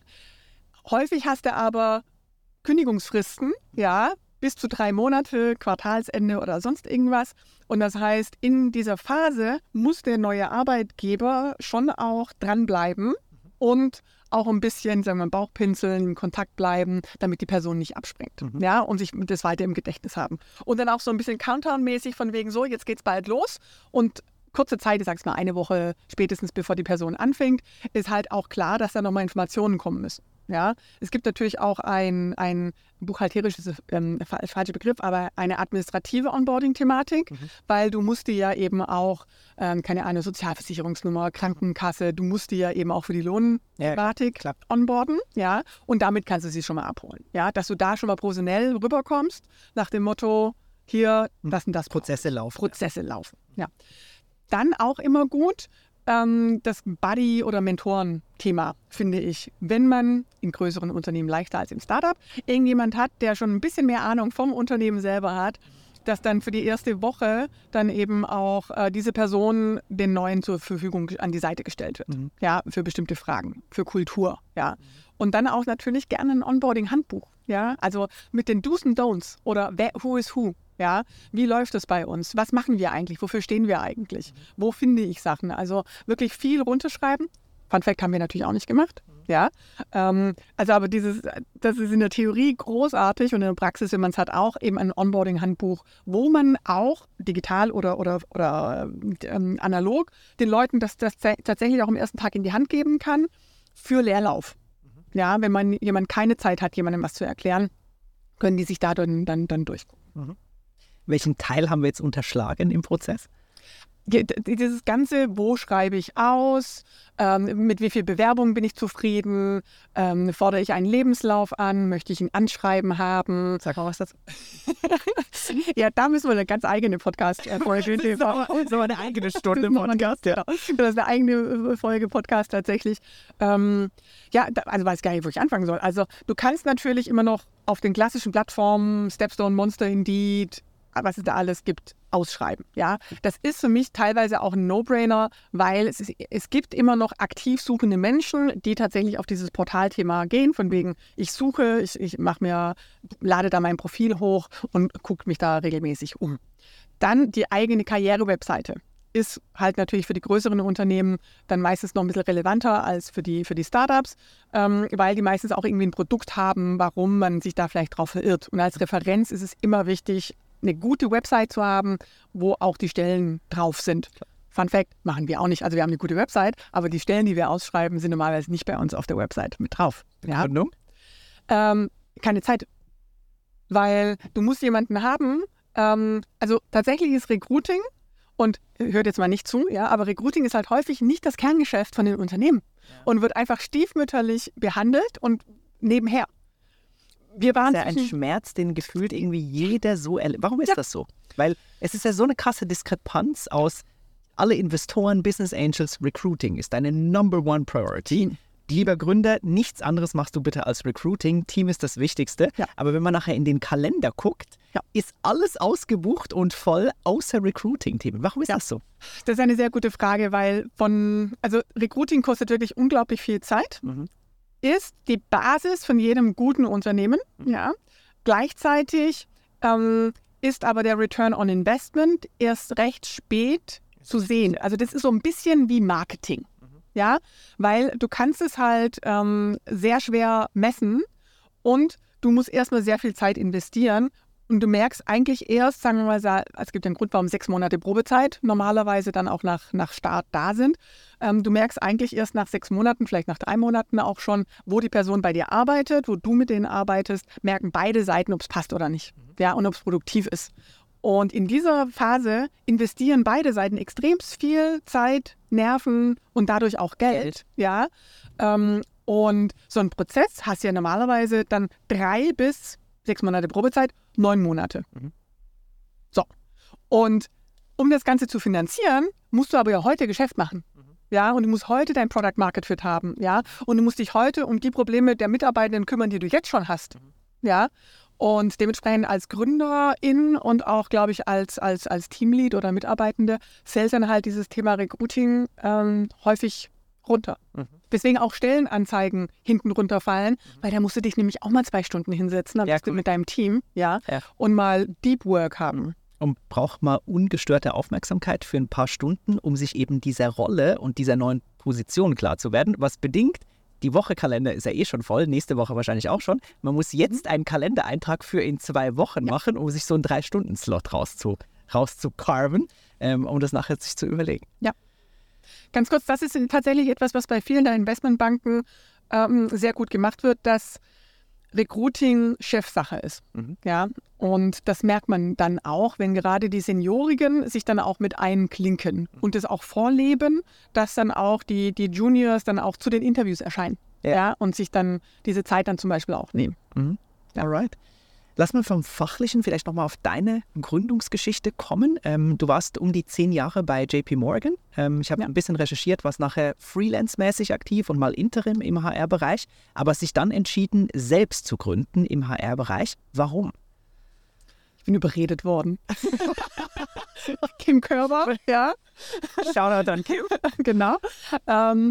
Häufig hast du aber Kündigungsfristen, ja, bis zu drei Monate, Quartalsende oder sonst irgendwas. Und das heißt, in dieser Phase muss der neue Arbeitgeber schon auch dranbleiben und auch ein bisschen, sagen wir mal, Bauchpinseln, in Kontakt bleiben, damit die Person nicht abspringt. Mhm. Ja, und sich das weiter im Gedächtnis haben. Und dann auch so ein bisschen Countdown-mäßig von wegen so, jetzt geht's bald los. Und kurze Zeit, ich sag's mal eine Woche spätestens bevor die Person anfängt, ist halt auch klar, dass da nochmal Informationen kommen müssen. Ja, es gibt natürlich auch ein, ein buchhalterisches, ähm, falscher Begriff, aber eine administrative Onboarding-Thematik, mhm. weil du musst dir ja eben auch, ähm, keine Ahnung, Sozialversicherungsnummer, Krankenkasse, du musst dir ja eben auch für die Lohnthematik ja, onboarden, ja, und damit kannst du sie schon mal abholen, ja, dass du da schon mal professionell rüberkommst, nach dem Motto, hier, das und das. Prozesse laufen. Prozesse laufen, ja. Dann auch immer gut, das Buddy- oder Mentoren-Thema, finde ich, wenn man in größeren Unternehmen leichter als im Startup irgendjemand hat, der schon ein bisschen mehr Ahnung vom Unternehmen selber hat, dass dann für die erste Woche dann eben auch äh, diese Person den Neuen zur Verfügung an die Seite gestellt wird, mhm. ja, für bestimmte Fragen, für Kultur, ja. Mhm. Und dann auch natürlich gerne ein Onboarding-Handbuch, ja, also mit den Do's und Don'ts oder wer, who is who. Ja, wie läuft es bei uns? Was machen wir eigentlich? Wofür stehen wir eigentlich? Wo finde ich Sachen? Also wirklich viel runterschreiben. Fun Fact haben wir natürlich auch nicht gemacht. Ja, ähm, also aber dieses, das ist in der Theorie großartig und in der Praxis, wenn man es hat, auch eben ein Onboarding-Handbuch, wo man auch digital oder, oder, oder ähm, analog den Leuten das, das tatsächlich auch am ersten Tag in die Hand geben kann für Leerlauf. Mhm. Ja, wenn man jemand keine Zeit hat, jemandem was zu erklären, können die sich da dann, dann, dann durchgucken. Mhm. Welchen Teil haben wir jetzt unterschlagen im Prozess? Dieses Ganze, wo schreibe ich aus, ähm, mit wie viel Bewerbungen bin ich zufrieden, ähm, fordere ich einen Lebenslauf an, möchte ich ein Anschreiben haben. Sag mal was dazu. Ja, da müssen wir eine ganz eigene Podcast-Folge. Das ist aber, so eine eigene Stunde Podcast, ja. Das ist eine eigene Folge Podcast tatsächlich. Ähm, ja, da, also weiß gar nicht, wo ich anfangen soll. Also du kannst natürlich immer noch auf den klassischen Plattformen, Stepstone, Monster, Indeed, was es da alles gibt, ausschreiben. Ja? Das ist für mich teilweise auch ein No-Brainer, weil es, ist, es gibt immer noch aktiv suchende Menschen, die tatsächlich auf dieses Portalthema gehen, von wegen, ich suche, ich, ich mache mir, lade da mein Profil hoch und gucke mich da regelmäßig um. Dann die eigene Karriere-Webseite ist halt natürlich für die größeren Unternehmen dann meistens noch ein bisschen relevanter als für die, für die Startups, ähm, weil die meistens auch irgendwie ein Produkt haben, warum man sich da vielleicht drauf verirrt. Und als Referenz ist es immer wichtig, eine gute Website zu haben, wo auch die Stellen drauf sind. Fun Fact, machen wir auch nicht. Also wir haben eine gute Website, aber die Stellen, die wir ausschreiben, sind normalerweise nicht bei uns auf der Website mit drauf. Ja? Ähm, keine Zeit. Weil du musst jemanden haben, ähm, also tatsächlich ist Recruiting, und hört jetzt mal nicht zu, ja, aber Recruiting ist halt häufig nicht das Kerngeschäft von den Unternehmen ja. und wird einfach stiefmütterlich behandelt und nebenher. Wir waren das ist ja ein Schmerz, den gefühlt irgendwie jeder so erlebt. Warum ist ja. das so? Weil es ist ja so eine krasse Diskrepanz aus alle Investoren, Business Angels, Recruiting ist deine Number One Priority. Mhm. Lieber Gründer, nichts anderes machst du bitte als Recruiting. Team ist das Wichtigste. Ja. Aber wenn man nachher in den Kalender guckt, ja. ist alles ausgebucht und voll, außer Recruiting-Themen. Warum ist ja. das so? Das ist eine sehr gute Frage, weil von, also Recruiting kostet wirklich unglaublich viel Zeit. Mhm. Ist die Basis von jedem guten Unternehmen. Mhm. Ja. Gleichzeitig ähm, ist aber der Return on Investment erst recht spät zu sehen. Also das ist so ein bisschen wie Marketing. Mhm. Ja, weil du kannst es halt ähm, sehr schwer messen und du musst erstmal sehr viel Zeit investieren. Und du merkst eigentlich erst, sagen wir mal, es gibt einen Grund, warum sechs Monate Probezeit normalerweise dann auch nach, nach Start da sind. Ähm, du merkst eigentlich erst nach sechs Monaten, vielleicht nach drei Monaten auch schon, wo die Person bei dir arbeitet, wo du mit denen arbeitest, merken beide Seiten, ob es passt oder nicht. Mhm. Ja, und ob es produktiv ist. Und in dieser Phase investieren beide Seiten extrem viel Zeit, Nerven und dadurch auch Geld. Geld. Ja, ähm, und so ein Prozess hast du ja normalerweise dann drei bis sechs Monate Probezeit, neun Monate. Mhm. So. Und um das Ganze zu finanzieren, musst du aber ja heute Geschäft machen. Mhm. Ja, und du musst heute dein Product Market Fit haben. Ja, und du musst dich heute um die Probleme der Mitarbeitenden kümmern, die du jetzt schon hast. Mhm. Ja, und dementsprechend als Gründerin und auch, glaube ich, als, als, als Teamlead oder Mitarbeitende fällt dann halt dieses Thema Recruiting ähm, häufig runter. Mhm. Deswegen auch Stellenanzeigen hinten runterfallen, mhm. weil da musst du dich nämlich auch mal zwei Stunden hinsetzen ja, cool. mit deinem Team ja, ja. und mal Deep Work haben. Und braucht mal ungestörte Aufmerksamkeit für ein paar Stunden, um sich eben dieser Rolle und dieser neuen Position klar zu werden, was bedingt, die Wochekalender ist ja eh schon voll, nächste Woche wahrscheinlich auch schon. Man muss jetzt einen Kalendereintrag für in zwei Wochen ja. machen, um sich so einen drei-Stunden-Slot rauszu, rauszucarven, ähm, um das nachher sich zu überlegen. Ja. Ganz kurz, das ist tatsächlich etwas, was bei vielen der Investmentbanken ähm, sehr gut gemacht wird, dass Recruiting Chefsache ist. Mhm. Ja, und das merkt man dann auch, wenn gerade die Seniorigen sich dann auch mit einklinken mhm. und es auch vorleben, dass dann auch die, die Juniors dann auch zu den Interviews erscheinen ja. Ja, und sich dann diese Zeit dann zum Beispiel auch nehmen. Mhm. Alright. Lass mal vom Fachlichen vielleicht nochmal auf deine Gründungsgeschichte kommen. Ähm, du warst um die zehn Jahre bei J P Morgan. Ähm, ich habe ja. ein bisschen recherchiert, warst nachher freelance-mäßig aktiv und mal Interim im H R-Bereich, aber sich dann entschieden, selbst zu gründen im H R-Bereich. Warum? Ich bin überredet worden. Kim Körber, ja. Shoutout an Kim. Genau. Ähm,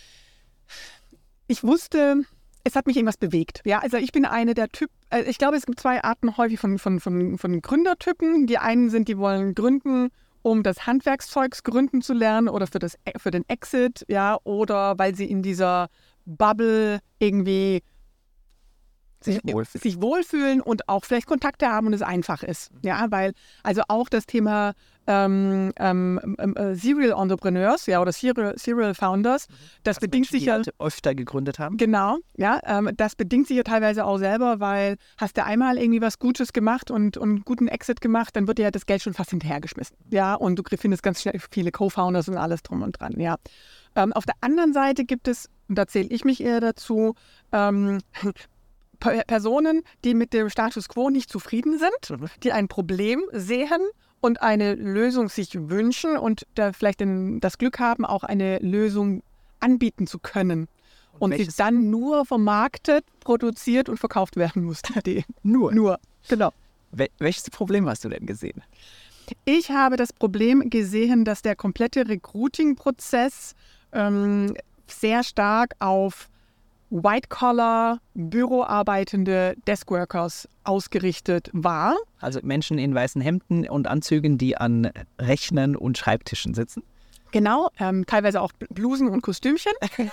ich wusste... Es hat mich irgendwas bewegt. Ja, also ich bin eine der Typen, äh, ich glaube, es gibt zwei Arten häufig von, von, von, von Gründertypen. Die einen sind, die wollen gründen, um das Handwerkszeugs gründen zu lernen oder für, das, für den Exit, ja, oder weil sie in dieser Bubble irgendwie Sich wohlfühlen. sich wohlfühlen und auch vielleicht Kontakte haben und es einfach ist. Ja, weil also auch das Thema ähm, ähm, äh, Serial Entrepreneurs, ja, oder Serial, Serial Founders, das Also bedingt Menschen, sich ja die öfter gegründet haben. genau, ja, ähm, das bedingt sich ja teilweise auch selber, weil hast du einmal irgendwie was Gutes gemacht und, und einen guten Exit gemacht, dann wird dir ja das Geld schon fast hinterhergeschmissen. Ja, und du findest ganz schnell viele Co-Founders und alles drum und dran, ja. Ähm, auf der anderen Seite gibt es, und da zähle ich mich eher dazu, ähm, Personen, die mit dem Status quo nicht zufrieden sind, die ein Problem sehen und eine Lösung sich wünschen und da vielleicht den, das Glück haben, auch eine Lösung anbieten zu können. Und, und sie dann nur vermarktet, produziert und verkauft werden muss. Die. Nur? Nur, genau. Wel- welches Problem hast du denn gesehen? Ich habe das Problem gesehen, dass der komplette Recruiting-Prozess ähm, sehr stark auf White-Collar, büroarbeitende Deskworkers ausgerichtet war. Also Menschen in weißen Hemden und Anzügen, die an Rechnern und Schreibtischen sitzen. Genau, ähm, teilweise auch Blusen und Kostümchen,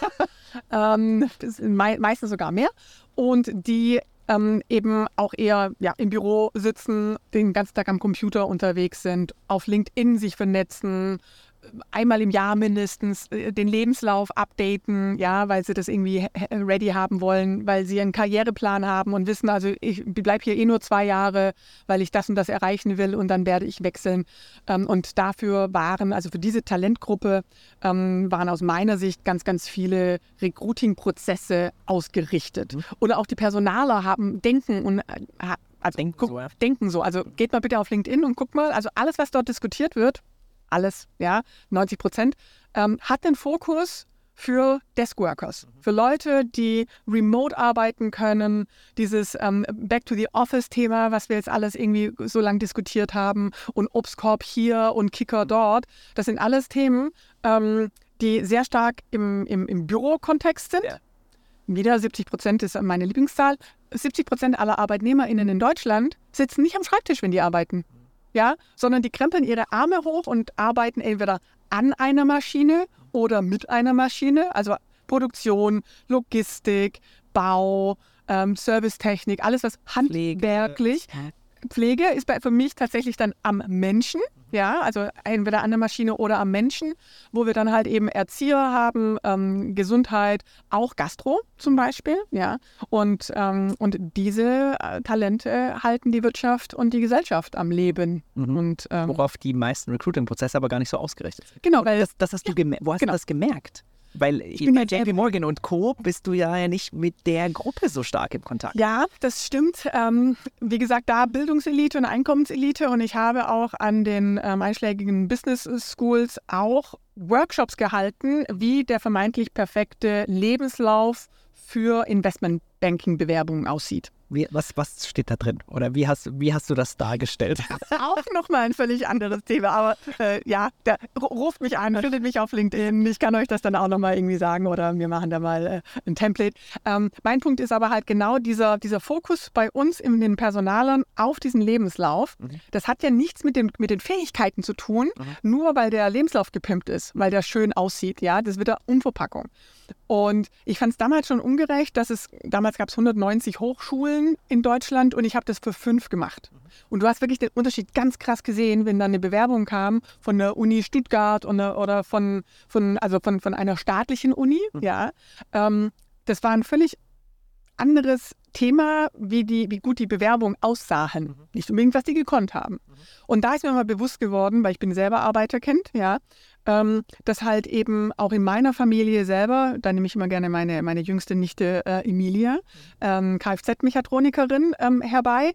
ähm, das sind mei- meistens sogar mehr. Und die ähm, eben auch eher ja, im Büro sitzen, den ganzen Tag am Computer unterwegs sind, auf LinkedIn sich vernetzen, einmal im Jahr mindestens den Lebenslauf updaten, ja, weil sie das irgendwie ready haben wollen, weil sie einen Karriereplan haben und wissen, also ich bleibe hier eh nur zwei Jahre, weil ich das und das erreichen will und dann werde ich wechseln. Und dafür waren, also für diese Talentgruppe, waren aus meiner Sicht ganz, ganz viele Recruiting-Prozesse ausgerichtet. Mhm. Oder auch die Personaler haben Denken und also denken, guck, so, ja. denken so. Also geht mal bitte auf LinkedIn und guckt mal, also alles, was dort diskutiert wird, alles, ja, neunzig Prozent, ähm, hat den Fokus für Deskworkers, mhm. für Leute, die remote arbeiten können, dieses ähm, Back-to-the-Office-Thema, was wir jetzt alles irgendwie so lange diskutiert haben und Obstkorb hier und Kicker dort, das sind alles Themen, ähm, die sehr stark im, im, im Bürokontext sind. Ja. Wieder siebzig Prozent ist meine Lieblingszahl. siebzig Prozent aller ArbeitnehmerInnen in Deutschland sitzen nicht am Schreibtisch, wenn die arbeiten. Ja, sondern die krempeln ihre Arme hoch und arbeiten entweder an einer Maschine oder mit einer Maschine, also Produktion, Logistik, Bau, ähm, Servicetechnik, alles was handwerklich. Pflege, Pflege ist bei, für mich tatsächlich dann am Menschen, ja, also entweder an der Maschine oder am Menschen, wo wir dann halt eben Erzieher haben, ähm, Gesundheit, auch Gastro zum Beispiel, ja, und, ähm, und diese äh, Talente halten die Wirtschaft und die Gesellschaft am Leben. Mhm. Und, ähm, worauf die meisten Recruiting-Prozesse aber gar nicht so ausgerichtet sind. Genau, weil das, das hast du ja, gemer- wo hast genau. du das gemerkt? Weil ich bin bei mit J P Morgan und Co. bist du ja nicht mit der Gruppe so stark im Kontakt. Ja, das stimmt. Ähm, wie gesagt, da Bildungselite und Einkommenselite und ich habe auch an den ähm, einschlägigen Business Schools auch Workshops gehalten, wie der vermeintlich perfekte Lebenslauf für Investmentbanking-Bewerbungen aussieht. Wie, was, was steht da drin? Oder wie hast, wie hast du das dargestellt? Auch nochmal ein völlig anderes Thema. Aber äh, ja, da, ruft mich an, findet mich auf LinkedIn. Ich kann euch das dann auch nochmal irgendwie sagen oder wir machen da mal äh, ein Template. Ähm, mein Punkt ist aber halt genau dieser, dieser Fokus bei uns in den Personalern auf diesen Lebenslauf. Mhm. Das hat ja nichts mit den, mit den Fähigkeiten zu tun, mhm. nur weil der Lebenslauf gepimpt ist, weil der schön aussieht. Ja, das wird da Umverpackung. Und ich fand es damals schon ungerecht, dass es, damals gab es hundertneunzig Hochschulen in Deutschland und ich habe das für fünf gemacht. Und du hast wirklich den Unterschied ganz krass gesehen, wenn dann eine Bewerbung kam von der Uni Stuttgart oder, oder von, von, also von, von einer staatlichen Uni. Mhm. Ja, ähm, das war ein völlig anderes Thema, wie, die, wie gut die Bewerbungen aussahen. Mhm. Nicht unbedingt, was die gekonnt haben. Mhm. Und da ist mir mal bewusst geworden, weil ich bin selber Arbeiterkind, ja, ähm, dass halt eben auch in meiner Familie selber, da nehme ich immer gerne meine, meine jüngste Nichte äh, Emilia, ähm, Kfz-Mechatronikerin ähm, herbei,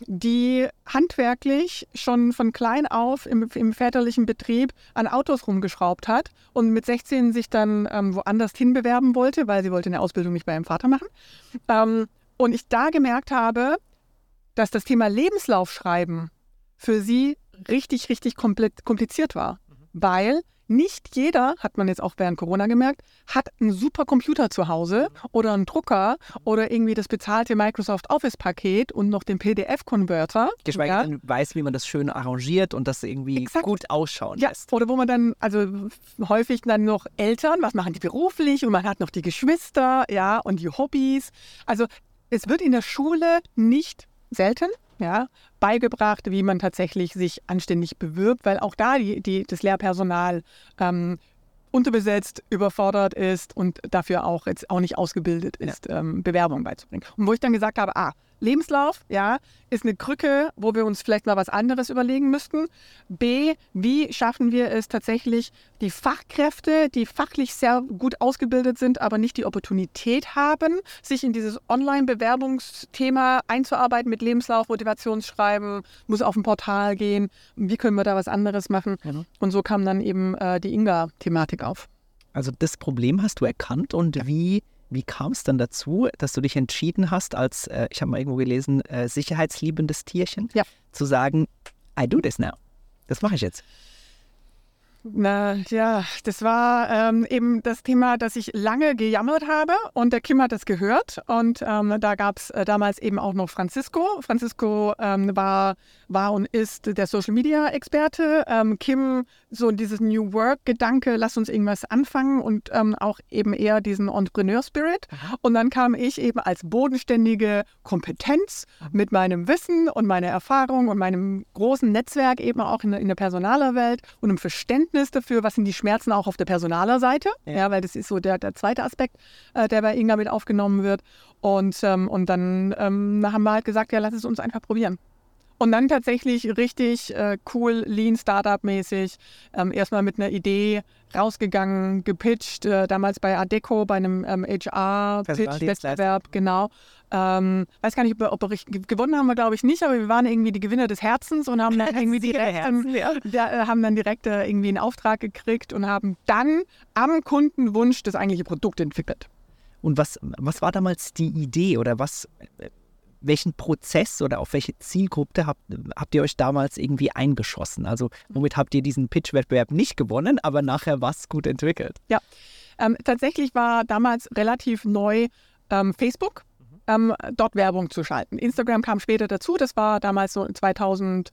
die handwerklich schon von klein auf im, im väterlichen Betrieb an Autos rumgeschraubt hat und mit sechzehn sich dann ähm, woanders hinbewerben wollte, weil sie wollte eine Ausbildung nicht bei ihrem Vater machen. Ähm, und ich da gemerkt habe, dass das Thema Lebenslauf schreiben für sie richtig, richtig kompliziert war, mhm. weil nicht jeder, hat man jetzt auch während Corona gemerkt, hat einen super Computer zu Hause oder einen Drucker oder irgendwie das bezahlte Microsoft Office-Paket und noch den P D F-Converter. Geschweige ja. denn weiß, wie man das schön arrangiert und das irgendwie Exakt. gut ausschauen Ja, lässt. oder wo man dann, also häufig dann noch Eltern, was machen die beruflich und man hat noch die Geschwister, ja, und die Hobbys. Also es wird in der Schule nicht selten, ja, beigebracht, wie man tatsächlich sich anständig bewirbt, weil auch da die, die, das Lehrpersonal ähm, unterbesetzt, überfordert ist und dafür auch jetzt auch nicht ausgebildet ist, ja. ähm, Bewerbungen beizubringen. Und wo ich dann gesagt habe, ah, Lebenslauf, ja, ist eine Krücke, wo wir uns vielleicht mal was anderes überlegen müssten. B, wie schaffen wir es tatsächlich, die Fachkräfte, die fachlich sehr gut ausgebildet sind, aber nicht die Opportunität haben, sich in dieses Online-Bewerbungsthema einzuarbeiten mit Lebenslauf, Motivationsschreiben, muss auf ein Portal gehen. Wie können wir da was anderes machen? Mhm. Und so kam dann eben äh, die Inga-Thematik auf. Also das Problem hast du erkannt und ja. wie... Wie kam es dann dazu, dass du dich entschieden hast, als, äh, ich habe mal irgendwo gelesen, äh, sicherheitsliebendes Tierchen, ja. zu sagen, I do this now. Das mache ich jetzt. Na ja, das war ähm, eben das Thema, dass ich lange gejammert habe und der Kim hat das gehört und ähm, da gab es äh, damals eben auch noch Francisco. Francisco ähm, war, war und ist der Social-Media-Experte. Ähm, Kim, so dieses New Work-Gedanke, lass uns irgendwas anfangen und ähm, auch eben eher diesen Entrepreneur-Spirit. Und dann kam ich eben als bodenständige Kompetenz mit meinem Wissen und meiner Erfahrung und meinem großen Netzwerk eben auch in, in der Personalerwelt und einem Verständnis dafür, was sind die Schmerzen auch auf der Personalerseite, ja. ja, weil das ist so der, der zweite Aspekt, äh, der bei Inga mit aufgenommen wird. Und, ähm, und dann ähm, haben wir halt gesagt, ja, lass es uns einfach probieren. Und dann tatsächlich richtig äh, cool, lean, Startup-mäßig, ähm, erstmal mit einer Idee rausgegangen, gepitcht, äh, damals bei Adecco, bei einem ähm, H R-Pitch-Wettbewerb, genau. Ähm, weiß gar nicht, ob, ob wir gewonnen haben wir, glaube ich, nicht, aber wir waren irgendwie die Gewinner des Herzens und haben dann irgendwie direkt, Herzen, ja. da, äh, haben dann direkt äh, irgendwie einen Auftrag gekriegt und haben dann am Kundenwunsch das eigentliche Produkt entwickelt. Und was, was war damals die Idee oder was... Welchen Prozess oder auf welche Zielgruppe habt, habt ihr euch damals irgendwie eingeschossen? Also womit habt ihr diesen Pitch-Wettbewerb nicht gewonnen, aber nachher was gut entwickelt? Ja, ähm, tatsächlich war damals relativ neu ähm, Facebook, mhm. ähm, dort Werbung zu schalten. Instagram kam später dazu, das war damals so zweitausendsiebzehn,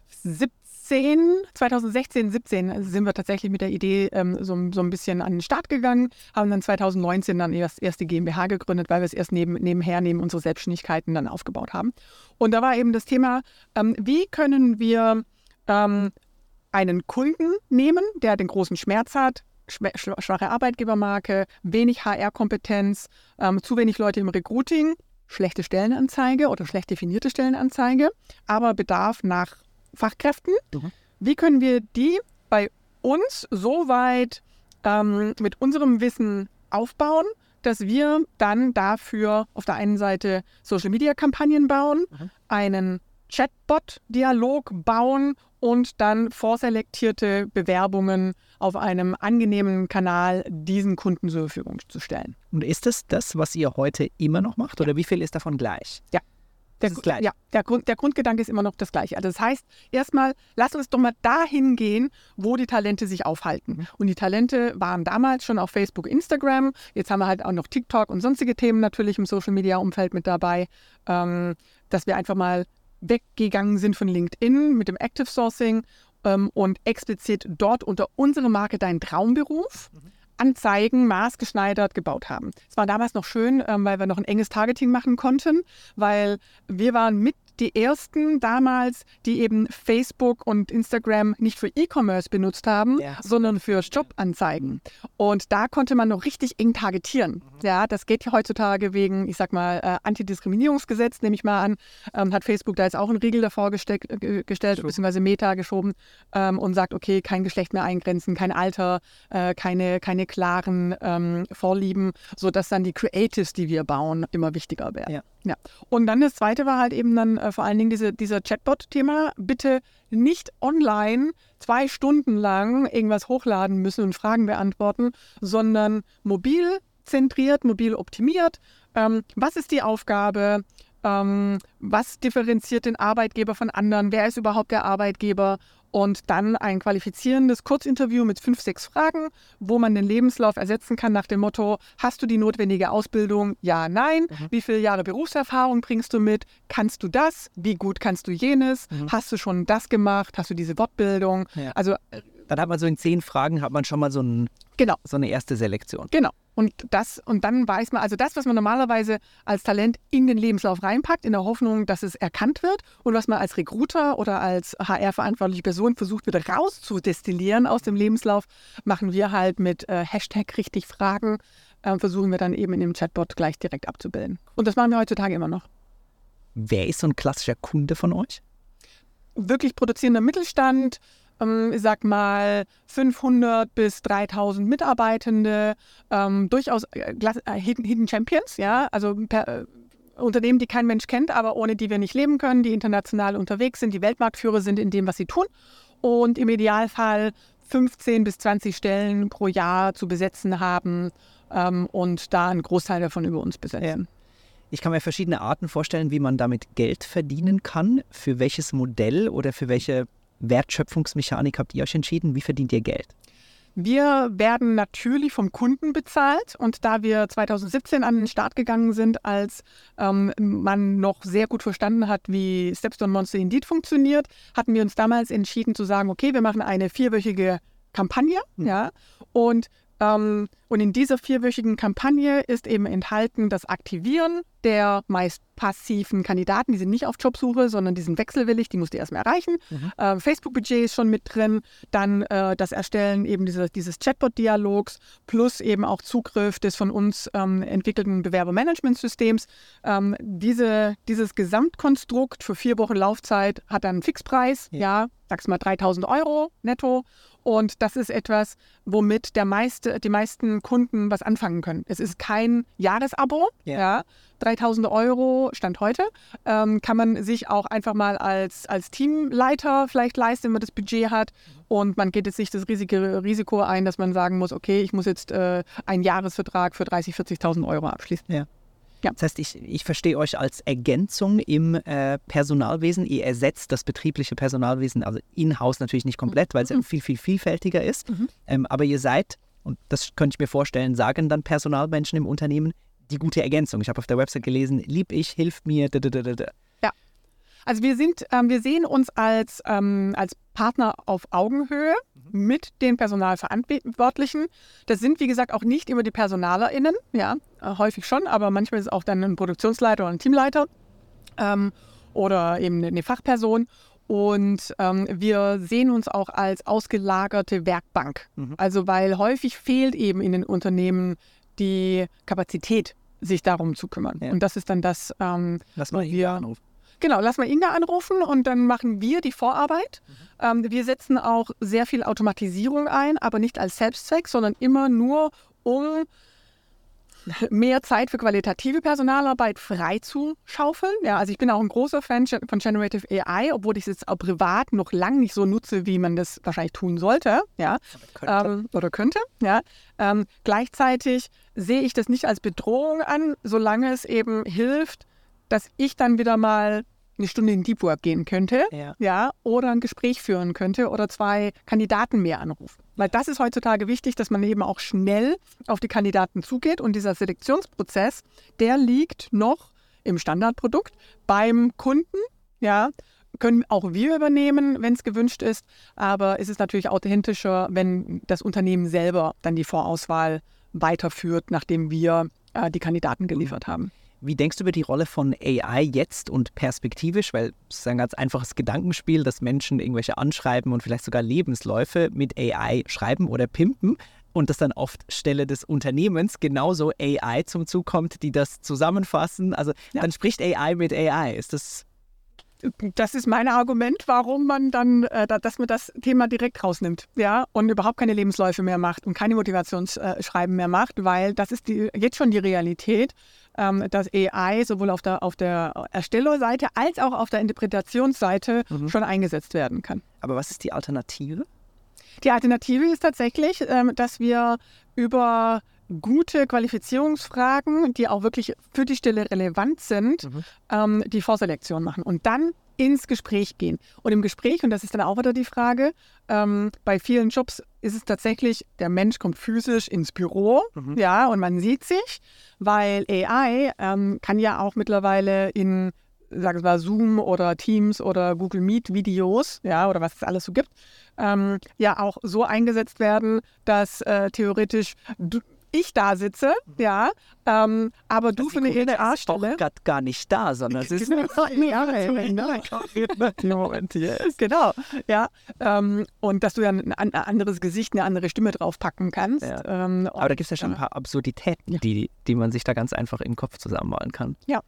zweitausendsechzehn, siebzehn sind wir tatsächlich mit der Idee ähm, so, so ein bisschen an den Start gegangen, haben dann zweitausendneunzehn dann erst erste GmbH gegründet, weil wir es erst neben, nebenher, neben unsere Selbstständigkeiten dann aufgebaut haben. Und da war eben das Thema, ähm, wie können wir ähm, einen Kunden nehmen, der den großen Schmerz hat, schwache Arbeitgebermarke, wenig H R-Kompetenz, ähm, zu wenig Leute im Recruiting, schlechte Stellenanzeige oder schlecht definierte Stellenanzeige, aber Bedarf nach Fachkräften. Mhm. Wie können wir die bei uns so weit ähm, mit unserem Wissen aufbauen, dass wir dann dafür auf der einen Seite Social-Media-Kampagnen bauen, mhm. einen Chatbot-Dialog bauen und dann vorselektierte Bewerbungen auf einem angenehmen Kanal diesen Kunden zur Verfügung zu stellen. Und ist das das, was ihr heute immer noch macht? Oder ja. wie viel ist davon gleich? Ja. Der, ja, der, Grund, der Grundgedanke ist immer noch das Gleiche. Also das heißt, erstmal, lass uns doch mal dahin gehen, wo die Talente sich aufhalten. Mhm. Und die Talente waren damals schon auf Facebook, Instagram. Jetzt haben wir halt auch noch TikTok und sonstige Themen natürlich im Social-Media-Umfeld mit dabei, ähm, dass wir einfach mal weggegangen sind von LinkedIn mit dem Active Sourcing ähm, und explizit dort unter unsere Marke Dein Traumberuf mhm. Anzeigen maßgeschneidert gebaut haben. Es war damals noch schön, ähm, weil wir noch ein enges Targeting machen konnten, weil wir waren mit die ersten damals, die eben Facebook und Instagram nicht für E-Commerce benutzt haben, ja. sondern für Jobanzeigen. Und da konnte man noch richtig eng targetieren. Mhm. Ja, das geht ja heutzutage wegen, ich sag mal, äh, Antidiskriminierungsgesetz, nehme ich mal an, ähm, hat Facebook da jetzt auch einen Riegel davor gesteck, äh, gestellt, Schuh. beziehungsweise Meta geschoben ähm, und sagt, okay, kein Geschlecht mehr eingrenzen, kein Alter, äh, keine, keine klaren ähm, Vorlieben, sodass dann die Creatives, die wir bauen, immer wichtiger werden. Ja. Ja. Und dann das Zweite war halt eben dann äh, vor allen Dingen diese, dieser Chatbot-Thema. Bitte nicht online zwei Stunden lang irgendwas hochladen müssen und Fragen beantworten, sondern mobil zentriert, mobil optimiert. Ähm, was ist die Aufgabe? Ähm, was differenziert den Arbeitgeber von anderen? Wer ist überhaupt der Arbeitgeber? und dann ein qualifizierendes Kurzinterview mit fünf, sechs Fragen, wo man den Lebenslauf ersetzen kann nach dem Motto, hast du die notwendige Ausbildung? Ja, nein. Mhm. Wie viele Jahre Berufserfahrung bringst du mit? Kannst du das? Wie gut kannst du jenes? Mhm. Hast du schon das gemacht? Hast du diese Wortbildung? Ja. Also dann hat man so in zehn Fragen hat man schon mal so, ein, genau. so eine erste Selektion. Genau. Und das, und dann weiß man, also das, was man normalerweise als Talent in den Lebenslauf reinpackt, in der Hoffnung, dass es erkannt wird und was man als Recruiter oder als H R-verantwortliche Person versucht, wieder rauszudestillieren aus dem Lebenslauf, machen wir halt mit äh, Hashtag richtig Fragen, äh, versuchen wir dann eben in dem Chatbot gleich direkt abzubilden. Und das machen wir heutzutage immer noch. Wer ist so ein klassischer Kunde von euch? Wirklich produzierender Mittelstand, ähm, ich sag mal fünfhundert bis dreitausend Mitarbeitende, ähm, durchaus äh, Hidden Champions, ja, also per, äh, Unternehmen, die kein Mensch kennt, aber ohne die wir nicht leben können, die international unterwegs sind, die Weltmarktführer sind in dem, was sie tun und im Idealfall fünfzehn bis zwanzig Stellen pro Jahr zu besetzen haben ähm, und da einen Großteil davon über uns besetzen. Ja. Ich kann mir verschiedene Arten vorstellen, wie man damit Geld verdienen kann. Für welches Modell oder für welche Wertschöpfungsmechanik habt ihr euch entschieden? Wie verdient ihr Geld? Wir werden natürlich vom Kunden bezahlt und da wir zwanzig siebzehn an den Start gegangen sind, als ähm, man noch sehr gut verstanden hat, wie Stepstone Monster Indeed funktioniert, hatten wir uns damals entschieden zu sagen, okay, wir machen eine vierwöchige Kampagne, mhm. ja, und Ähm, und in dieser vierwöchigen Kampagne ist eben enthalten das Aktivieren der meist passiven Kandidaten. Die sind nicht auf Jobsuche, sondern die sind wechselwillig, die musst du erstmal erreichen. Mhm. Äh, Facebook-Budget ist schon mit drin. Dann äh, das Erstellen eben diese, dieses Chatbot-Dialogs plus eben auch Zugriff des von uns ähm, entwickelten Bewerbermanagementsystems. Ähm, diese, dieses Gesamtkonstrukt für vier Wochen Laufzeit hat dann einen Fixpreis, ja, ja sag's mal dreitausend Euro netto. Und das ist etwas, womit der meiste, die meisten Kunden was anfangen können. Es ist kein Jahresabo, yeah. ja, dreitausend Euro Stand heute, ähm, kann man sich auch einfach mal als, als Teamleiter vielleicht leisten, wenn man das Budget hat. Und man geht jetzt nicht das Risiko, Risiko ein, dass man sagen muss, okay, ich muss jetzt äh, einen Jahresvertrag für dreißigtausend, vierzigtausend Euro abschließen. Ja. Ja. Das heißt, ich, ich verstehe euch als Ergänzung im äh, Personalwesen. Ihr ersetzt das betriebliche Personalwesen, also in-house natürlich nicht komplett, weil es mhm. ja viel, viel vielfältiger ist. Mhm. Ähm, aber ihr seid, und das könnte ich mir vorstellen, sagen dann Personalmenschen im Unternehmen, die gute Ergänzung. Ich habe auf der Website gelesen, lieb ich, hilft mir. Da, da, da, da. Ja, also wir sind, ähm, wir sehen uns als, ähm, als Partner auf Augenhöhe mhm. mit den Personalverantwortlichen. Das sind, wie gesagt, auch nicht immer die PersonalerInnen, ja, äh, häufig schon, aber manchmal ist es auch dann ein Produktionsleiter oder ein Teamleiter ähm, oder eben eine Fachperson. Und ähm, wir sehen uns auch als ausgelagerte Werkbank. Mhm. Also weil häufig fehlt eben in den Unternehmen die Kapazität, sich darum zu kümmern. Ja. Und das ist dann das, ähm, Lass mal Inga anrufen. Genau, lass mal Inga anrufen und dann machen wir die Vorarbeit. Mhm. Ähm, wir setzen auch sehr viel Automatisierung ein, aber nicht als Selbstzweck, sondern immer nur, um mehr Zeit für qualitative Personalarbeit freizuschaufeln. Ja, also ich bin auch ein großer Fan von Generative A I, obwohl ich es jetzt auch privat noch lange nicht so nutze, wie man das wahrscheinlich tun sollte. Ja, könnte. Ähm, oder könnte. Ja. Ähm, gleichzeitig sehe ich das nicht als Bedrohung an, solange es eben hilft, dass ich dann wieder mal eine Stunde in Deep Work gehen könnte, ja. Ja, oder ein Gespräch führen könnte oder zwei Kandidaten mehr anrufen. Weil das ist heutzutage wichtig, dass man eben auch schnell auf die Kandidaten zugeht und dieser Selektionsprozess, der liegt noch im Standardprodukt beim Kunden, ja, können auch wir übernehmen, wenn es gewünscht ist, aber es ist natürlich authentischer, wenn das Unternehmen selber dann die Vorauswahl weiterführt, nachdem wir äh, die Kandidaten geliefert haben. Wie denkst du über die Rolle von A I jetzt und perspektivisch? Weil es ist ein ganz einfaches Gedankenspiel, dass Menschen irgendwelche Anschreiben und vielleicht sogar Lebensläufe mit A I schreiben oder pimpen und dass dann oft Stelle des Unternehmens genauso A I zum Zug kommt, die das zusammenfassen. Also ja. Dann spricht A I mit A I. Ist das... Das ist mein Argument, warum man dann, äh, dass man das Thema direkt rausnimmt, ja, und überhaupt keine Lebensläufe mehr macht und keine Motivationsschreiben mehr macht, weil das ist die, jetzt schon die Realität, ähm, dass A I sowohl auf der, auf der Erstellerseite als auch auf der Interpretationsseite mhm. schon eingesetzt werden kann. Aber was ist die Alternative? Die Alternative ist tatsächlich, ähm, dass wir über gute Qualifizierungsfragen, die auch wirklich für die Stelle relevant sind, mhm. ähm, die Vorselektion machen. Und dann ins Gespräch gehen. Und im Gespräch, und das ist dann auch wieder die Frage, ähm, bei vielen Jobs ist es tatsächlich, der Mensch kommt physisch ins Büro, mhm. ja, und man sieht sich, weil A I ähm, kann ja auch mittlerweile in, sagen wir mal, Zoom oder Teams oder Google Meet Videos, ja, oder was es alles so gibt, ähm, ja auch so eingesetzt werden, dass äh, theoretisch du, ich da sitze, ja, ähm, aber du für eine H R-Stelle... ist auch gar nicht da, sondern es ist... Genau, ja. Ähm, und dass du ja ein, ein anderes Gesicht, eine andere Stimme draufpacken kannst. Ja. Ähm, aber da gibt es ja schon ein paar Absurditäten, ja. die, die man sich da ganz einfach im Kopf zusammenmalen kann. Ja.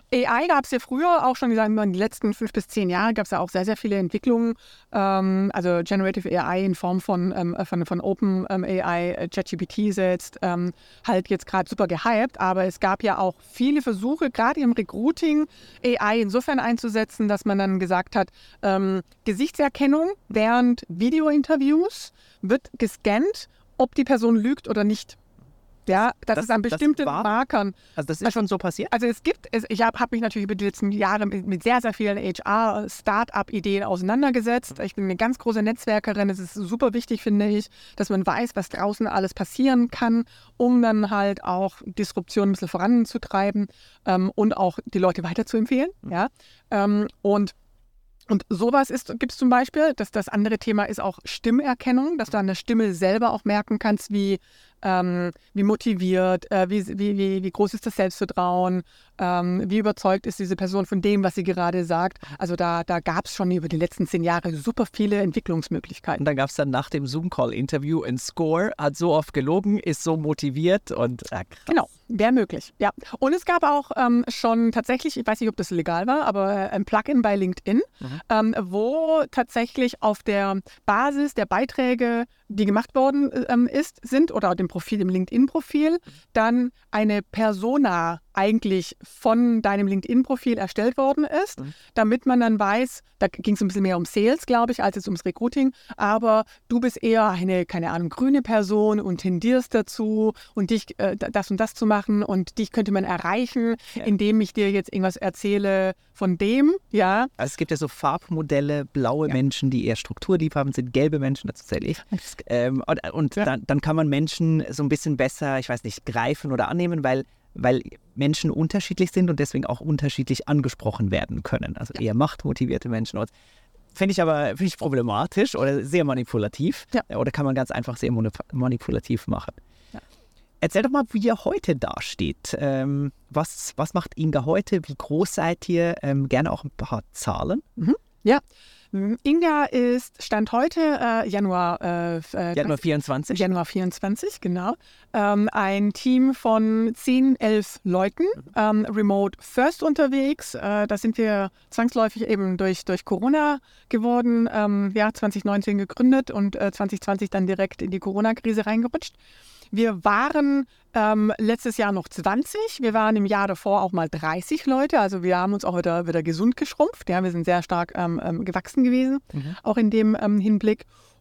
A I gab es ja früher auch schon, wie sagen wir, in den letzten fünf bis zehn Jahren gab es ja auch sehr, sehr viele Entwicklungen. Ähm, also Generative A I in Form von, ähm, von, von Open ähm, A I, ChatGPT setzt, ähm, halt jetzt gerade super gehypt, aber es gab ja auch viele Versuche, gerade im Recruiting A I insofern einzusetzen, dass man dann gesagt hat, ähm, Gesichtserkennung während Videointerviews wird gescannt, ob die Person lügt oder nicht. Ja, das, das ist an bestimmten Markern. Also das ist schon so passiert? Also es gibt, es, ich habe hab mich natürlich über die letzten Jahre mit, mit sehr, sehr vielen H R-Start-up-Ideen auseinandergesetzt. Ich bin eine ganz große Netzwerkerin. Es ist super wichtig, finde ich, dass man weiß, was draußen alles passieren kann, um dann halt auch Disruption ein bisschen voranzutreiben ähm, und auch die Leute weiterzuempfehlen. Mhm. Ja? Ähm, und Und sowas gibt es zum Beispiel, dass das andere Thema ist auch Stimmerkennung, dass du an der Stimme selber auch merken kannst, wie, ähm, wie motiviert, äh, wie, wie, wie, wie groß ist das Selbstvertrauen, ähm, wie überzeugt ist diese Person von dem, was sie gerade sagt. Also da, da gab es schon über die letzten zehn Jahre super viele Entwicklungsmöglichkeiten. Und dann gab es dann nach dem Zoom-Call-Interview ein Score, hat so oft gelogen, ist so motiviert und ja, krass. Genau, wäre möglich, ja. Und es gab auch ähm, schon tatsächlich, ich weiß nicht, ob das legal war, aber ein Plugin bei LinkedIn, mhm. ähm, wo tatsächlich auf der Basis der Beiträge, die gemacht worden ähm, ist, sind oder dem Profil, dem LinkedIn-Profil, dann eine Persona eigentlich von deinem LinkedIn-Profil erstellt worden ist, mhm. damit man dann weiß, da ging es ein bisschen mehr um Sales, glaube ich, als jetzt ums Recruiting, aber du bist eher eine, keine Ahnung, grüne Person und tendierst dazu und dich äh, das und das zu machen und dich könnte man erreichen, ja. indem ich dir jetzt irgendwas erzähle von dem, ja. Also es gibt ja so Farbmodelle, blaue ja. Menschen, die eher strukturlieb haben, sind gelbe Menschen, dazu zähle ich. Ähm, und und ja. dann, dann kann man Menschen so ein bisschen besser, ich weiß nicht, greifen oder annehmen, weil weil Menschen unterschiedlich sind und deswegen auch unterschiedlich angesprochen werden können. Also ja. eher machtmotivierte Menschen. Finde ich aber find ich problematisch oder sehr manipulativ. Ja. Oder kann man ganz einfach sehr manipulativ machen. Ja. Erzähl doch mal, wie ihr heute dasteht. Ähm, was, was macht Inga heute? Wie groß seid ihr? Ähm, gerne auch ein paar Zahlen. Mhm. Ja. Inga ist, Stand heute, äh, Januar, äh, Januar vierundzwanzig. Januar vierundzwanzig, genau. Ähm, ein Team von zehn, elf Leuten, ähm, remote first unterwegs. Äh, da sind wir zwangsläufig eben durch, durch Corona geworden. Ähm, ja, zwanzig neunzehn gegründet und äh, zwanzig zwanzig dann direkt in die Corona-Krise reingerutscht. Wir waren ähm, letztes Jahr noch zwanzig, wir waren im Jahr davor auch mal dreißig Leute, also wir haben uns auch wieder, wieder gesund geschrumpft, ja, wir sind sehr stark ähm, ähm, gewachsen gewesen, mhm. auch in dem ähm, Hinblick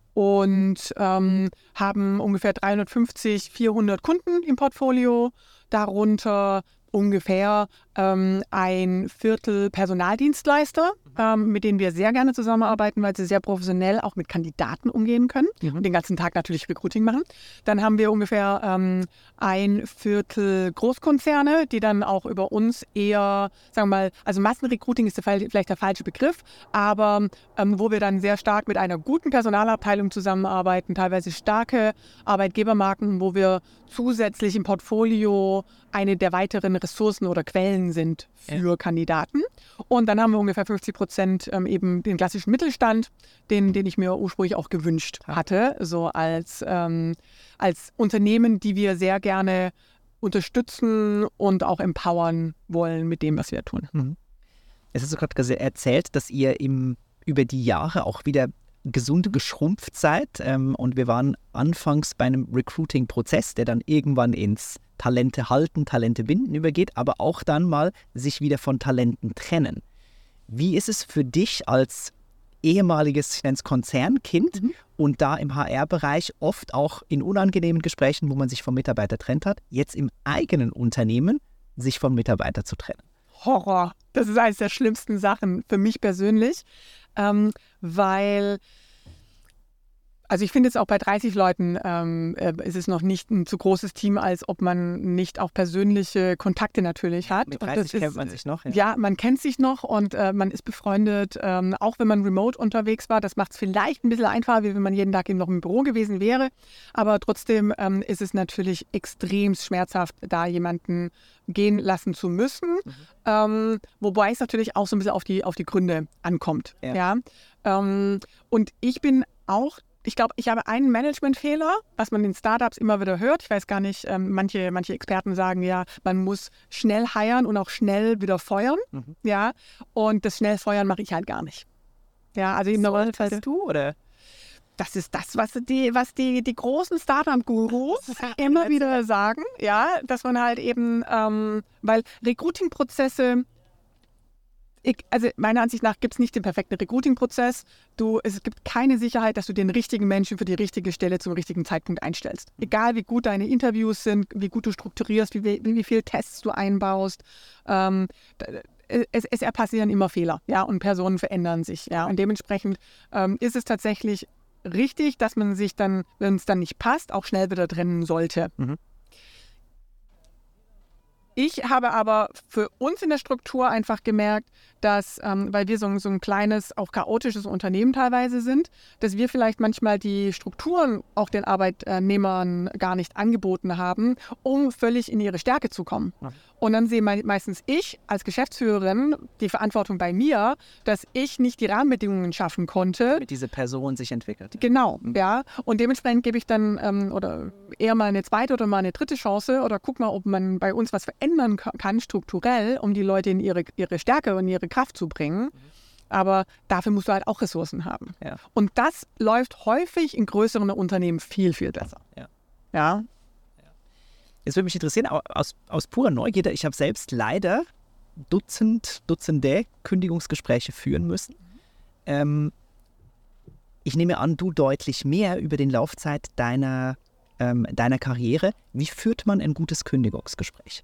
und ähm, haben ungefähr dreihundertfünfzig, vierhundert Kunden im Portfolio, darunter ungefähr ähm, ein Viertel Personaldienstleister, ähm, mit denen wir sehr gerne zusammenarbeiten, weil sie sehr professionell auch mit Kandidaten umgehen können mhm. und den ganzen Tag natürlich Recruiting machen. Dann haben wir ungefähr ähm, ein Viertel Großkonzerne, die dann auch über uns eher, sagen wir mal, also Massenrecruiting ist der, vielleicht der falsche Begriff, aber ähm, wo wir dann sehr stark mit einer guten Personalabteilung zusammenarbeiten, teilweise starke Arbeitgebermarken, wo wir zusätzlich im Portfolio eine der weiteren Ressourcen oder Quellen sind für ja. Kandidaten. Und dann haben wir ungefähr fünfzig Prozent ähm, eben den klassischen Mittelstand, den, den ich mir ursprünglich auch gewünscht hatte, so als, ähm, als Unternehmen, die wir sehr gerne unterstützen und auch empowern wollen mit dem, was wir tun. Mhm. Es hast du gerade erzählt, dass ihr im, über die Jahre auch wieder gesund geschrumpft seid ähm, und wir waren anfangs bei einem Recruiting-Prozess, der dann irgendwann ins Talente halten, Talente binden übergeht, aber auch dann mal sich wieder von Talenten trennen. Wie ist es für dich als ehemaliges, ich nenne es Konzernkind mhm. und da im H R-Bereich oft auch in unangenehmen Gesprächen, wo man sich vom Mitarbeiter trennt hat, jetzt im eigenen Unternehmen sich vom Mitarbeiter zu trennen? Horror. Das ist eines der schlimmsten Sachen für mich persönlich, ähm, weil... Also ich finde jetzt auch bei dreißig Leuten ähm, äh, ist es noch nicht ein zu großes Team, als ob man nicht auch persönliche Kontakte natürlich hat. Mit dreißig ist, kennt man sich noch. Ja, ja man kennt sich noch und äh, man ist befreundet, ähm, auch wenn man remote unterwegs war. Das macht es vielleicht ein bisschen einfacher, wie wenn man jeden Tag eben noch im Büro gewesen wäre. Aber trotzdem ähm, ist es natürlich extrem schmerzhaft, da jemanden gehen lassen zu müssen. Mhm. Ähm, wobei es natürlich auch so ein bisschen auf die, auf die Gründe ankommt. Ja. Ja? Ähm, und ich bin auch Ich glaube, ich habe einen Managementfehler, was man in Startups immer wieder hört. Ich weiß gar nicht, ähm, manche, manche Experten sagen ja, man muss schnell hiren und auch schnell wieder feuern. Mhm. Ja, und das schnell feuern mache ich halt gar nicht. Ja, also im Normalfall. So, du oder? Das ist das, was die, was die, die großen Startup-Gurus immer wieder sagen. Ja, dass man halt eben, ähm, weil Recruiting-Prozesse. Ich, also meiner Ansicht nach gibt es nicht den perfekten Recruiting-Prozess. Du, es gibt keine Sicherheit, dass du den richtigen Menschen für die richtige Stelle zum richtigen Zeitpunkt einstellst. Egal wie gut deine Interviews sind, wie gut du strukturierst, wie, wie, wie viele Tests du einbaust. Ähm, es, es passieren immer Fehler, ja, und Personen verändern sich. Ja, und dementsprechend ähm, ist es tatsächlich richtig, dass man sich dann, wenn es dann nicht passt, auch schnell wieder trennen sollte. Mhm. Ich habe aber für uns in der Struktur einfach gemerkt, dass, ähm, weil wir so, so ein kleines, auch chaotisches Unternehmen teilweise sind, dass wir vielleicht manchmal die Strukturen auch den Arbeitnehmern gar nicht angeboten haben, um völlig in ihre Stärke zu kommen. Ja. Und dann sehe me- meistens ich als Geschäftsführerin die Verantwortung bei mir, dass ich nicht die Rahmenbedingungen schaffen konnte. Damit diese Person sich entwickelt. Genau, mhm. ja. Und dementsprechend gebe ich dann ähm, oder eher mal eine zweite oder mal eine dritte Chance oder guck mal, ob man bei uns was verändern kann, strukturell, um die Leute in ihre, ihre Stärke und ihre Kraft zu bringen. Mhm. Aber dafür musst du halt auch Ressourcen haben. Ja. Und das läuft häufig in größeren Unternehmen viel, viel besser. Ja. Ja. Jetzt würde mich interessieren, aus, aus purer Neugierde, ich habe selbst leider Dutzend, Dutzende Kündigungsgespräche führen müssen. Mhm. Ähm, ich nehme an, du deutlich mehr über den Laufzeit deiner, ähm, deiner Karriere. Wie führt man ein gutes Kündigungsgespräch?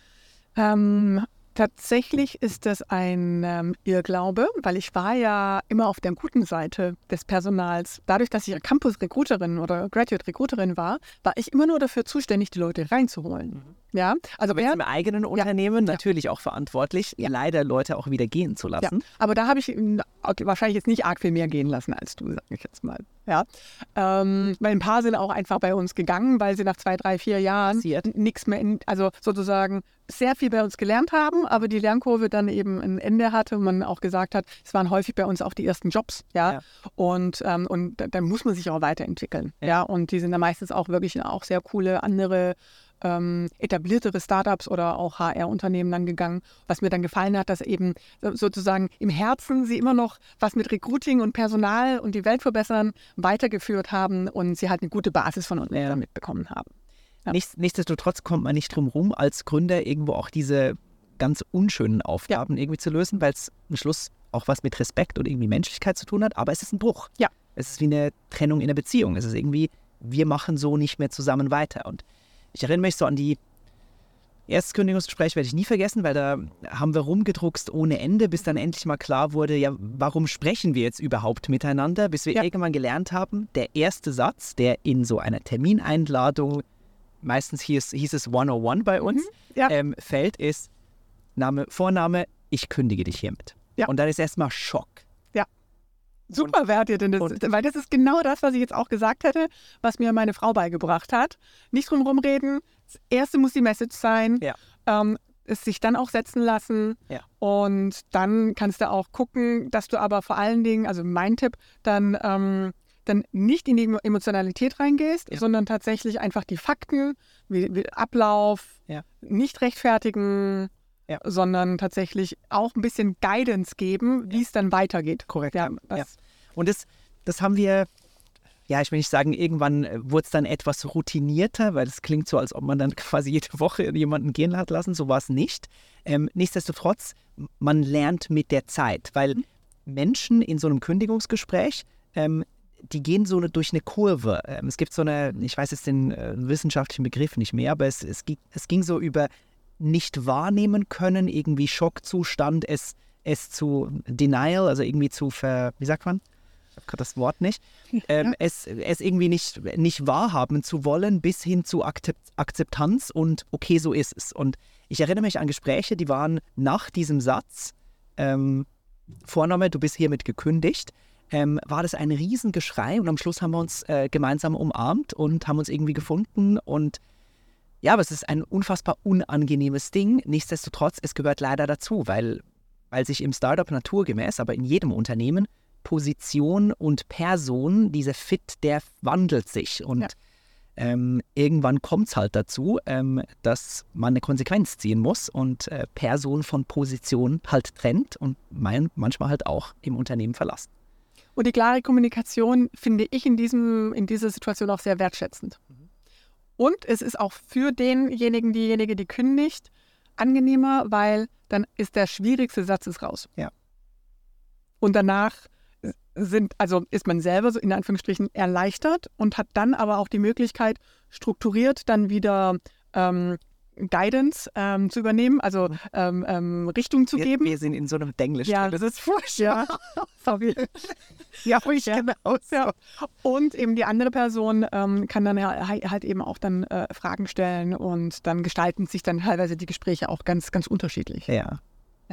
Ähm, tatsächlich ist das ein ähm, Irrglaube, weil ich war ja immer auf der guten Seite des Personals. Dadurch, dass ich Campus-Recruiterin oder Graduate-Recruiterin war, war ich immer nur dafür zuständig, die Leute reinzuholen. Mhm. Ja, also aber jetzt im eigenen Unternehmen ja. natürlich auch verantwortlich, ja. leider Leute auch wieder gehen zu lassen. Ja. Aber da habe ich okay, wahrscheinlich jetzt nicht arg viel mehr gehen lassen als du, sage ich jetzt mal. Ja. Ähm, weil ein paar sind auch einfach bei uns gegangen, weil sie nach zwei, drei, vier Jahren nichts mehr, in, also sozusagen sehr viel bei uns gelernt haben, aber die Lernkurve dann eben ein Ende hatte und man auch gesagt hat, es waren häufig bei uns auch die ersten Jobs, ja, ja. und ähm, und da, da muss man sich auch weiterentwickeln, ja. ja, und die sind dann meistens auch wirklich auch sehr coole andere ähm, etabliertere Startups oder auch H R-Unternehmen dann gegangen, was mir dann gefallen hat, dass eben sozusagen im Herzen sie immer noch was mit Recruiting und Personal und die Welt verbessern weitergeführt haben und sie halt eine gute Basis von uns ja. damit bekommen haben. Ja. Nichts, nichtsdestotrotz kommt man nicht drum rum, als Gründer irgendwo auch diese ganz unschönen Aufgaben ja. irgendwie zu lösen, weil es am Schluss auch was mit Respekt und irgendwie Menschlichkeit zu tun hat, aber es ist ein Bruch. Ja. Es ist wie eine Trennung in einer Beziehung. Es ist irgendwie, wir machen so nicht mehr zusammen weiter. Und ich erinnere mich so an die Erstkündigungsgespräche, werde ich nie vergessen, weil da haben wir rumgedruckst ohne Ende, bis dann endlich mal klar wurde, ja, warum sprechen wir jetzt überhaupt miteinander, bis wir ja. irgendwann gelernt haben, der erste Satz, der in so einer Termineinladung, meistens hieß, hieß es hundertundeins bei uns, mhm. ja. ähm, fällt, ist Name, Vorname, ich kündige dich hiermit. Ja. Und dann ist erstmal Schock. Ja. Super, und, wer hat dir denn das? Weil das ist genau das, was ich jetzt auch gesagt hätte, was mir meine Frau beigebracht hat. Nicht drum rumreden. Das erste muss die Message sein. Ja. Ähm, es sich dann auch setzen lassen. Ja. Und dann kannst du auch gucken, dass du aber vor allen Dingen, also mein Tipp, dann, ähm, dann nicht in die Emotionalität reingehst, ja. sondern tatsächlich einfach die Fakten, wie, wie Ablauf, ja. nicht rechtfertigen. Ja. sondern tatsächlich auch ein bisschen Guidance geben, wie ja. es dann weitergeht. Korrekt. Ja, ja. Und das, das haben wir, ja, ich will nicht sagen, irgendwann wurde es dann etwas routinierter, weil es klingt so, als ob man dann quasi jede Woche jemanden gehen hat lassen. So war es nicht. Ähm, nichtsdestotrotz, man lernt mit der Zeit, weil mhm. Menschen in so einem Kündigungsgespräch, ähm, die gehen so eine, durch eine Kurve. Ähm, es gibt so eine, ich weiß jetzt den äh, wissenschaftlichen Begriff nicht mehr, aber es, es, ging, es ging so über nicht wahrnehmen können, irgendwie Schockzustand, es, es zu Denial, also irgendwie zu ver, wie sagt man? Ich habe gerade das Wort nicht. Ähm, ja. es, es irgendwie nicht, nicht wahrhaben zu wollen, bis hin zu Akzeptanz und okay, so ist es. Und ich erinnere mich an Gespräche, die waren nach diesem Satz, ähm, Vorname, du bist hiermit gekündigt, ähm, war das ein Riesengeschrei und am Schluss haben wir uns äh, gemeinsam umarmt und haben uns irgendwie gefunden und ja, aber es ist ein unfassbar unangenehmes Ding. Nichtsdestotrotz, es gehört leider dazu, weil, weil sich im Startup naturgemäß, aber in jedem Unternehmen, Position und Person, dieser Fit, der wandelt sich. Und ja. ähm, irgendwann kommt es halt dazu, ähm, dass man eine Konsequenz ziehen muss und äh, Person von Position halt trennt und mein, manchmal halt auch im Unternehmen verlassen. Und die klare Kommunikation finde ich in, diesem, in dieser Situation auch sehr wertschätzend. Mhm. Und es ist auch für denjenigen, diejenige, die kündigt, angenehmer, weil dann ist der schwierigste Satz ist raus. Ja. Und danach sind, also ist man selber so in Anführungsstrichen erleichtert und hat dann aber auch die Möglichkeit, strukturiert dann wieder ähm, Guidance ähm, zu übernehmen, also ähm, ähm, Richtung zu wir, geben. Wir sind in so einem Denglisch. Ja, das ist furchtbar. Ja, sorry. Ja, ruhig, ja. Genau. So. Ja. Und eben die andere Person ähm, kann dann ja halt eben auch dann äh, Fragen stellen und dann gestalten sich dann teilweise die Gespräche auch ganz, ganz unterschiedlich. Ja. Ja.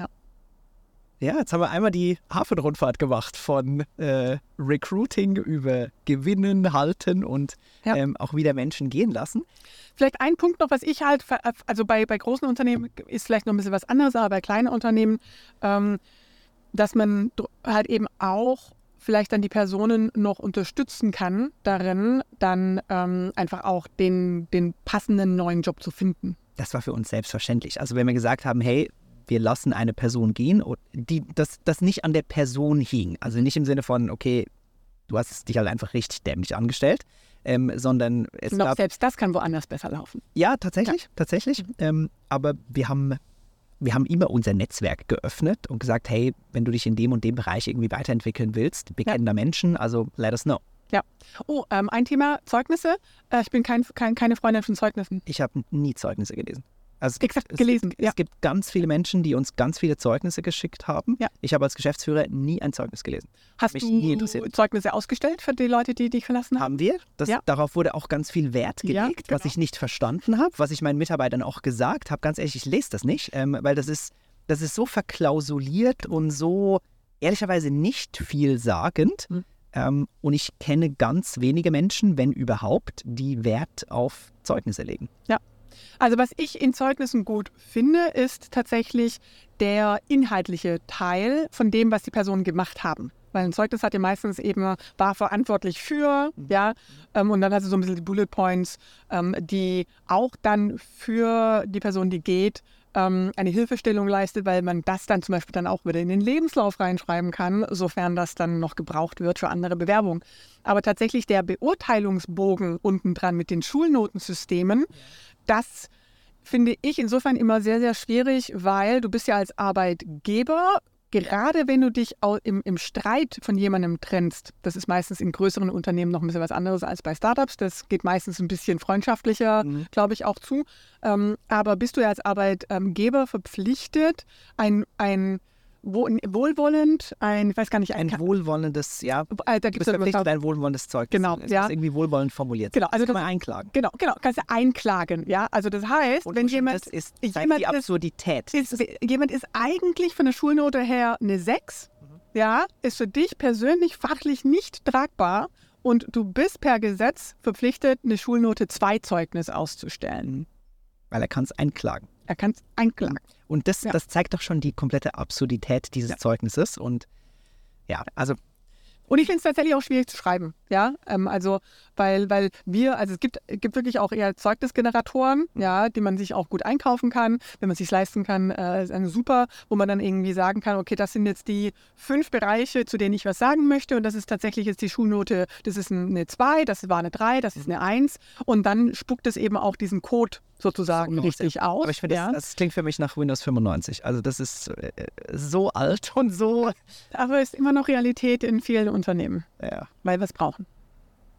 Ja, jetzt haben wir einmal die Hafenrundfahrt gemacht von äh, Recruiting über Gewinnen, Halten und ja. ähm, auch wieder Menschen gehen lassen. Vielleicht ein Punkt noch, was ich halt, also bei, bei großen Unternehmen ist vielleicht noch ein bisschen was anderes, aber bei kleinen Unternehmen, ähm, dass man halt eben auch vielleicht dann die Personen noch unterstützen kann, darin dann ähm, einfach auch den, den passenden neuen Job zu finden. Das war für uns selbstverständlich. Also wenn wir gesagt haben, hey, wir lassen eine Person gehen, die, das, das nicht an der Person hing. Also nicht im Sinne von, okay, du hast dich halt einfach richtig dämlich angestellt, ähm, sondern es Und auch gab, selbst das kann woanders besser laufen. Ja, tatsächlich, ja. tatsächlich. Mhm. Ähm, aber wir haben, wir haben immer unser Netzwerk geöffnet und gesagt, hey, wenn du dich in dem und dem Bereich irgendwie weiterentwickeln willst, wir kennen da Menschen, also let us know. Ja. Oh, ähm, ein Thema, Zeugnisse. Äh, ich bin kein, kein, keine Freundin von Zeugnissen. Ich habe nie Zeugnisse gelesen. Also es Exakt, gibt, gelesen. Es, ja. es gibt ganz viele Menschen, die uns ganz viele Zeugnisse geschickt haben. Ja. Ich habe als Geschäftsführer nie ein Zeugnis gelesen. Hast Mich du nie interessiert. Zeugnisse ausgestellt für die Leute, die dich verlassen haben? Haben wir. Das, ja. Darauf wurde auch ganz viel Wert gelegt, ja, genau. was ich nicht verstanden habe, was ich meinen Mitarbeitern auch gesagt habe. Ganz ehrlich, ich lese das nicht, ähm, weil das ist, das ist so verklausuliert und so ehrlicherweise nicht vielsagend. Hm. Ähm, und ich kenne ganz wenige Menschen, wenn überhaupt, die Wert auf Zeugnisse legen. Ja. Also was ich in Zeugnissen gut finde, ist tatsächlich der inhaltliche Teil von dem, was die Personen gemacht haben. Weil ein Zeugnis hat ja meistens eben, war verantwortlich für, mhm. ja, ähm, und dann hast du so ein bisschen die Bullet Points, ähm, die auch dann für die Person, die geht, ähm, eine Hilfestellung leistet, weil man das dann zum Beispiel dann auch wieder in den Lebenslauf reinschreiben kann, sofern das dann noch gebraucht wird für andere Bewerbungen. Aber tatsächlich der Beurteilungsbogen unten dran mit den Schulnotensystemen, ja. Das finde ich insofern immer sehr, sehr schwierig, weil du bist ja als Arbeitgeber, gerade wenn du dich im, im Streit von jemandem trennst, das ist meistens in größeren Unternehmen noch ein bisschen was anderes als bei Startups, das geht meistens ein bisschen freundschaftlicher, mhm. glaube ich, auch zu. Ähm, aber bist du ja als Arbeitgeber verpflichtet, ein, ein wohlwollend, ein, ich weiß gar nicht, ein, ein wohlwollendes, ja, äh, da gibt es ein wohlwollendes Zeug. Genau, das ja. ist irgendwie wohlwollend formuliert. Genau, also das kann das, man einklagen. Genau, genau, kannst du einklagen, ja. Also das heißt, und wenn jemand, das ist jemand die Absurdität. Ist, ist, jemand ist eigentlich von der Schulnote her eine sechs, mhm. ja, ist für dich persönlich fachlich nicht tragbar und du bist per Gesetz verpflichtet, eine Schulnote zwei Zeugnis auszustellen. Weil er kann es einklagen. Er kann es einklagen. Und das, ja. das zeigt doch schon die komplette Absurdität dieses ja. Zeugnisses. Und ja, also. Und ich finde es tatsächlich auch schwierig zu schreiben, ja, ähm, also weil, weil wir, also es gibt, gibt wirklich auch eher Zeugnisgeneratoren, ja, die man sich auch gut einkaufen kann, wenn man es sich leisten kann, äh, ist eine super, wo man dann irgendwie sagen kann, okay, das sind jetzt die fünf Bereiche, zu denen ich was sagen möchte und das ist tatsächlich jetzt die Schulnote, das ist eine zwei, das war eine drei, das ist eine eins und dann spuckt es eben auch diesen Code sozusagen so richtig ja. aus. Aber ich finde, ja. das, das klingt für mich nach Windows fünfundneunzig. Also das ist äh, so alt und so. Aber es ist immer noch Realität in vielen Unternehmen, ja. weil wir es brauchen.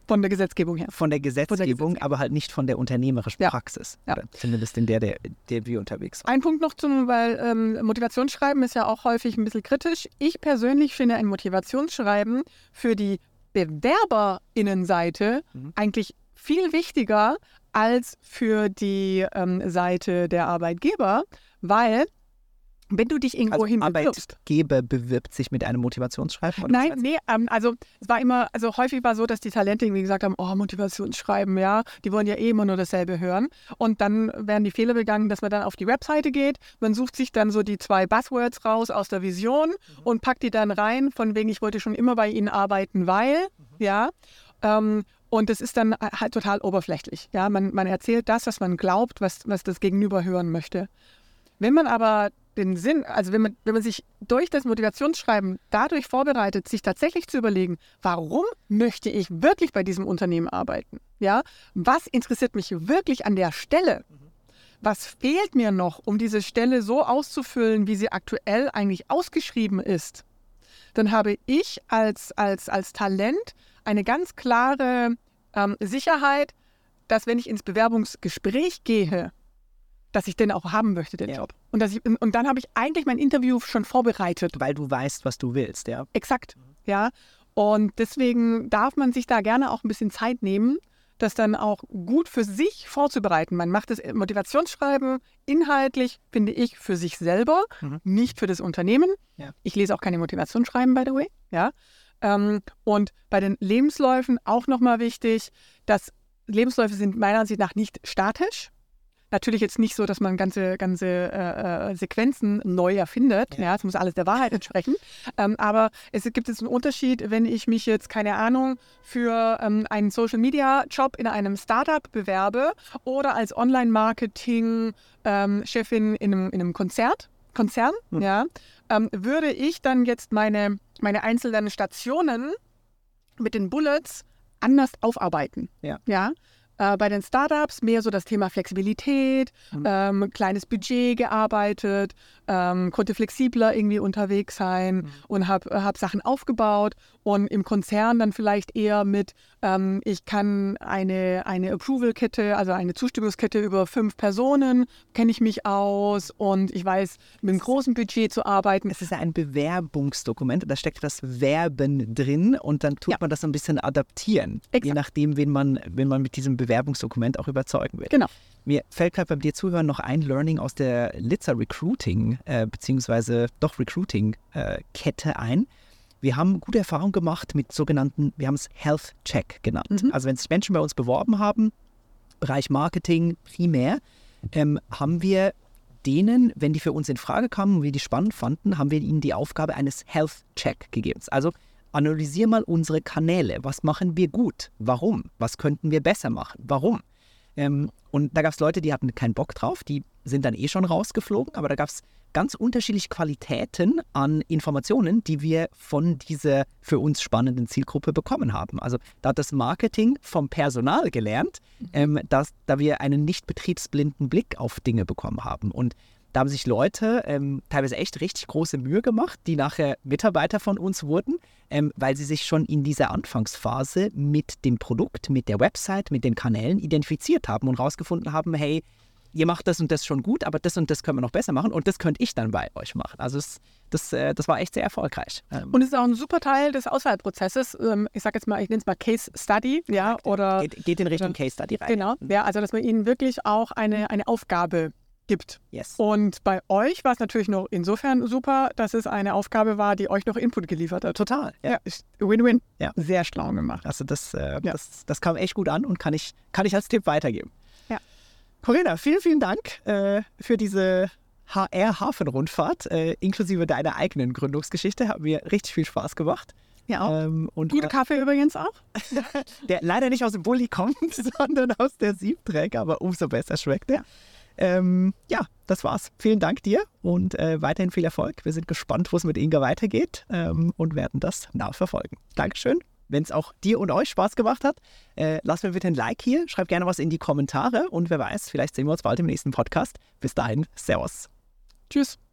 Von der Gesetzgebung her. Von der Gesetzgebung, Von der Gesetzgebung. aber halt nicht von der unternehmerischen Ja. Praxis. Ja. Oder zumindest in der, der, der wir unterwegs waren. Ein Punkt noch zum, weil ähm, Motivationsschreiben ist ja auch häufig ein bisschen kritisch. Ich persönlich finde ein Motivationsschreiben für die BewerberInnenseite Mhm. eigentlich viel wichtiger als für die ähm, Seite der Arbeitgeber, weil wenn du dich irgendwo Also hin bewirbst. Arbeitgeber bewirbt sich mit einem Motivationsschreiben? oder Nein, was? nee, ähm, also es war immer, also häufig war so, dass die Talente irgendwie gesagt haben, oh, Motivationsschreiben, ja, die wollen ja eh immer nur dasselbe hören. Und dann werden die Fehler begangen, dass man dann auf die Webseite geht, man sucht sich dann so die zwei Buzzwords raus aus der Vision mhm. und packt die dann rein, von wegen, ich wollte schon immer bei Ihnen arbeiten, weil, mhm. ja, ähm, und das ist dann halt total oberflächlich. Ja, man, man erzählt das, was man glaubt, was, was das Gegenüber hören möchte. Wenn man aber den Sinn, also wenn man, wenn man sich durch das Motivationsschreiben dadurch vorbereitet, sich tatsächlich zu überlegen, warum möchte ich wirklich bei diesem Unternehmen arbeiten? Ja, was interessiert mich wirklich an der Stelle? Was fehlt mir noch, um diese Stelle so auszufüllen, wie sie aktuell eigentlich ausgeschrieben ist? Dann habe ich als, als, als Talent eine ganz klare ähm, Sicherheit, dass wenn ich ins Bewerbungsgespräch gehe, dass ich den auch haben möchte, den Ja. Job. Und, dass ich, und dann habe ich eigentlich mein Interview schon vorbereitet. Weil du weißt, was du willst, ja. Exakt, ja. Und deswegen darf man sich da gerne auch ein bisschen Zeit nehmen, das dann auch gut für sich vorzubereiten. Man macht das Motivationsschreiben inhaltlich, finde ich, für sich selber, Mhm. nicht für das Unternehmen. Ja. Ich lese auch keine Motivationsschreiben, by the way, ja. Ähm, und bei den Lebensläufen auch nochmal wichtig, dass Lebensläufe sind meiner Ansicht nach nicht statisch. Natürlich jetzt nicht so, dass man ganze, ganze äh, Sequenzen neu erfindet. Ja. Ja, es muss alles der Wahrheit entsprechen. ähm, aber es gibt jetzt einen Unterschied, wenn ich mich jetzt, keine Ahnung, für ähm, einen Social-Media-Job in einem Startup bewerbe oder als Online-Marketing-Chefin in, einem, in einem Konzert, Konzern, Hm. ja, ähm, würde ich dann jetzt meine, meine einzelnen Stationen mit den Bullets anders aufarbeiten. Ja. Ja? Äh, bei den Startups mehr so das Thema Flexibilität, Mhm. ähm, kleines Budget gearbeitet, ähm, konnte flexibler irgendwie unterwegs sein Mhm. und habe hab Sachen aufgebaut. Und im Konzern dann vielleicht eher mit, ähm, ich kann eine, eine Approval-Kette, also eine Zustimmungskette über fünf Personen, kenne ich mich aus und ich weiß, mit einem großen Budget zu arbeiten. Es ist ja ein Bewerbungsdokument, da steckt das Verben drin und dann tut Ja. man das so ein bisschen adaptieren, Exakt. je nachdem, wen man, wen man mit diesem Bewerbungsdokument auch überzeugen will. Genau. Mir fällt gerade beim dir zuhören noch ein Learning aus der Litzer Recruiting, äh, beziehungsweise doch Recruiting-Kette äh, ein. Wir haben gute Erfahrungen gemacht mit sogenannten, wir haben es Health Check genannt. Mhm. Also wenn sich Menschen bei uns beworben haben, Bereich Marketing primär, ähm, haben wir denen, wenn die für uns in Frage kamen und wir die spannend fanden, haben wir ihnen die Aufgabe eines Health Check gegeben. Also analysier mal unsere Kanäle. Was machen wir gut? Warum? Was könnten wir besser machen? Warum? Ähm, und da gab es Leute, die hatten keinen Bock drauf, die sind dann eh schon rausgeflogen, aber da gab es ganz unterschiedliche Qualitäten an Informationen, die wir von dieser für uns spannenden Zielgruppe bekommen haben. Also da hat das Marketing vom Personal gelernt, ähm, dass, da wir einen nicht betriebsblinden Blick auf Dinge bekommen haben. Und da haben sich Leute ähm, teilweise echt richtig große Mühe gemacht, die nachher Mitarbeiter von uns wurden, ähm, weil sie sich schon in dieser Anfangsphase mit dem Produkt, mit der Website, mit den Kanälen identifiziert haben und rausgefunden haben, hey, ihr macht das und das schon gut, aber das und das können wir noch besser machen und das könnte ich dann bei euch machen. Also das, das, äh, das war echt sehr erfolgreich. Ähm, Und es ist auch ein super Teil des Auswahlprozesses. Ähm, ich sage jetzt mal, ich nenne es mal Case Study, ja, oder geht, geht in Richtung Case Study rein. genau, ja, also dass man ihnen wirklich auch eine, eine Aufgabe gibt. Yes. Und bei euch war es natürlich noch insofern super, dass es eine Aufgabe war, die euch noch Input geliefert hat. Total. Ja. Ja, ist Win-Win. Ja. Sehr schlau gemacht. Also das, äh, Ja. das, das kam echt gut an und kann ich, kann ich als Tipp weitergeben. Ja. Corinna, vielen, vielen Dank äh, für diese H R-Hafenrundfahrt, äh, inklusive deiner eigenen Gründungsgeschichte. Hat mir richtig viel Spaß gemacht. Ja, auch. Ähm, und Gute Kaffee übrigens auch. der leider nicht aus dem Bulli kommt, sondern aus der Siebträg, aber umso besser schmeckt er. Ja. Ähm, ja, das war's. Vielen Dank dir und äh, weiterhin viel Erfolg. Wir sind gespannt, wo es mit Inga weitergeht ähm, und werden das nachverfolgen. Dankeschön. Wenn es auch dir und euch Spaß gemacht hat, äh, lasst mir bitte ein Like hier, schreibt gerne was in die Kommentare und wer weiß, vielleicht sehen wir uns bald im nächsten Podcast. Bis dahin, Servus. Tschüss.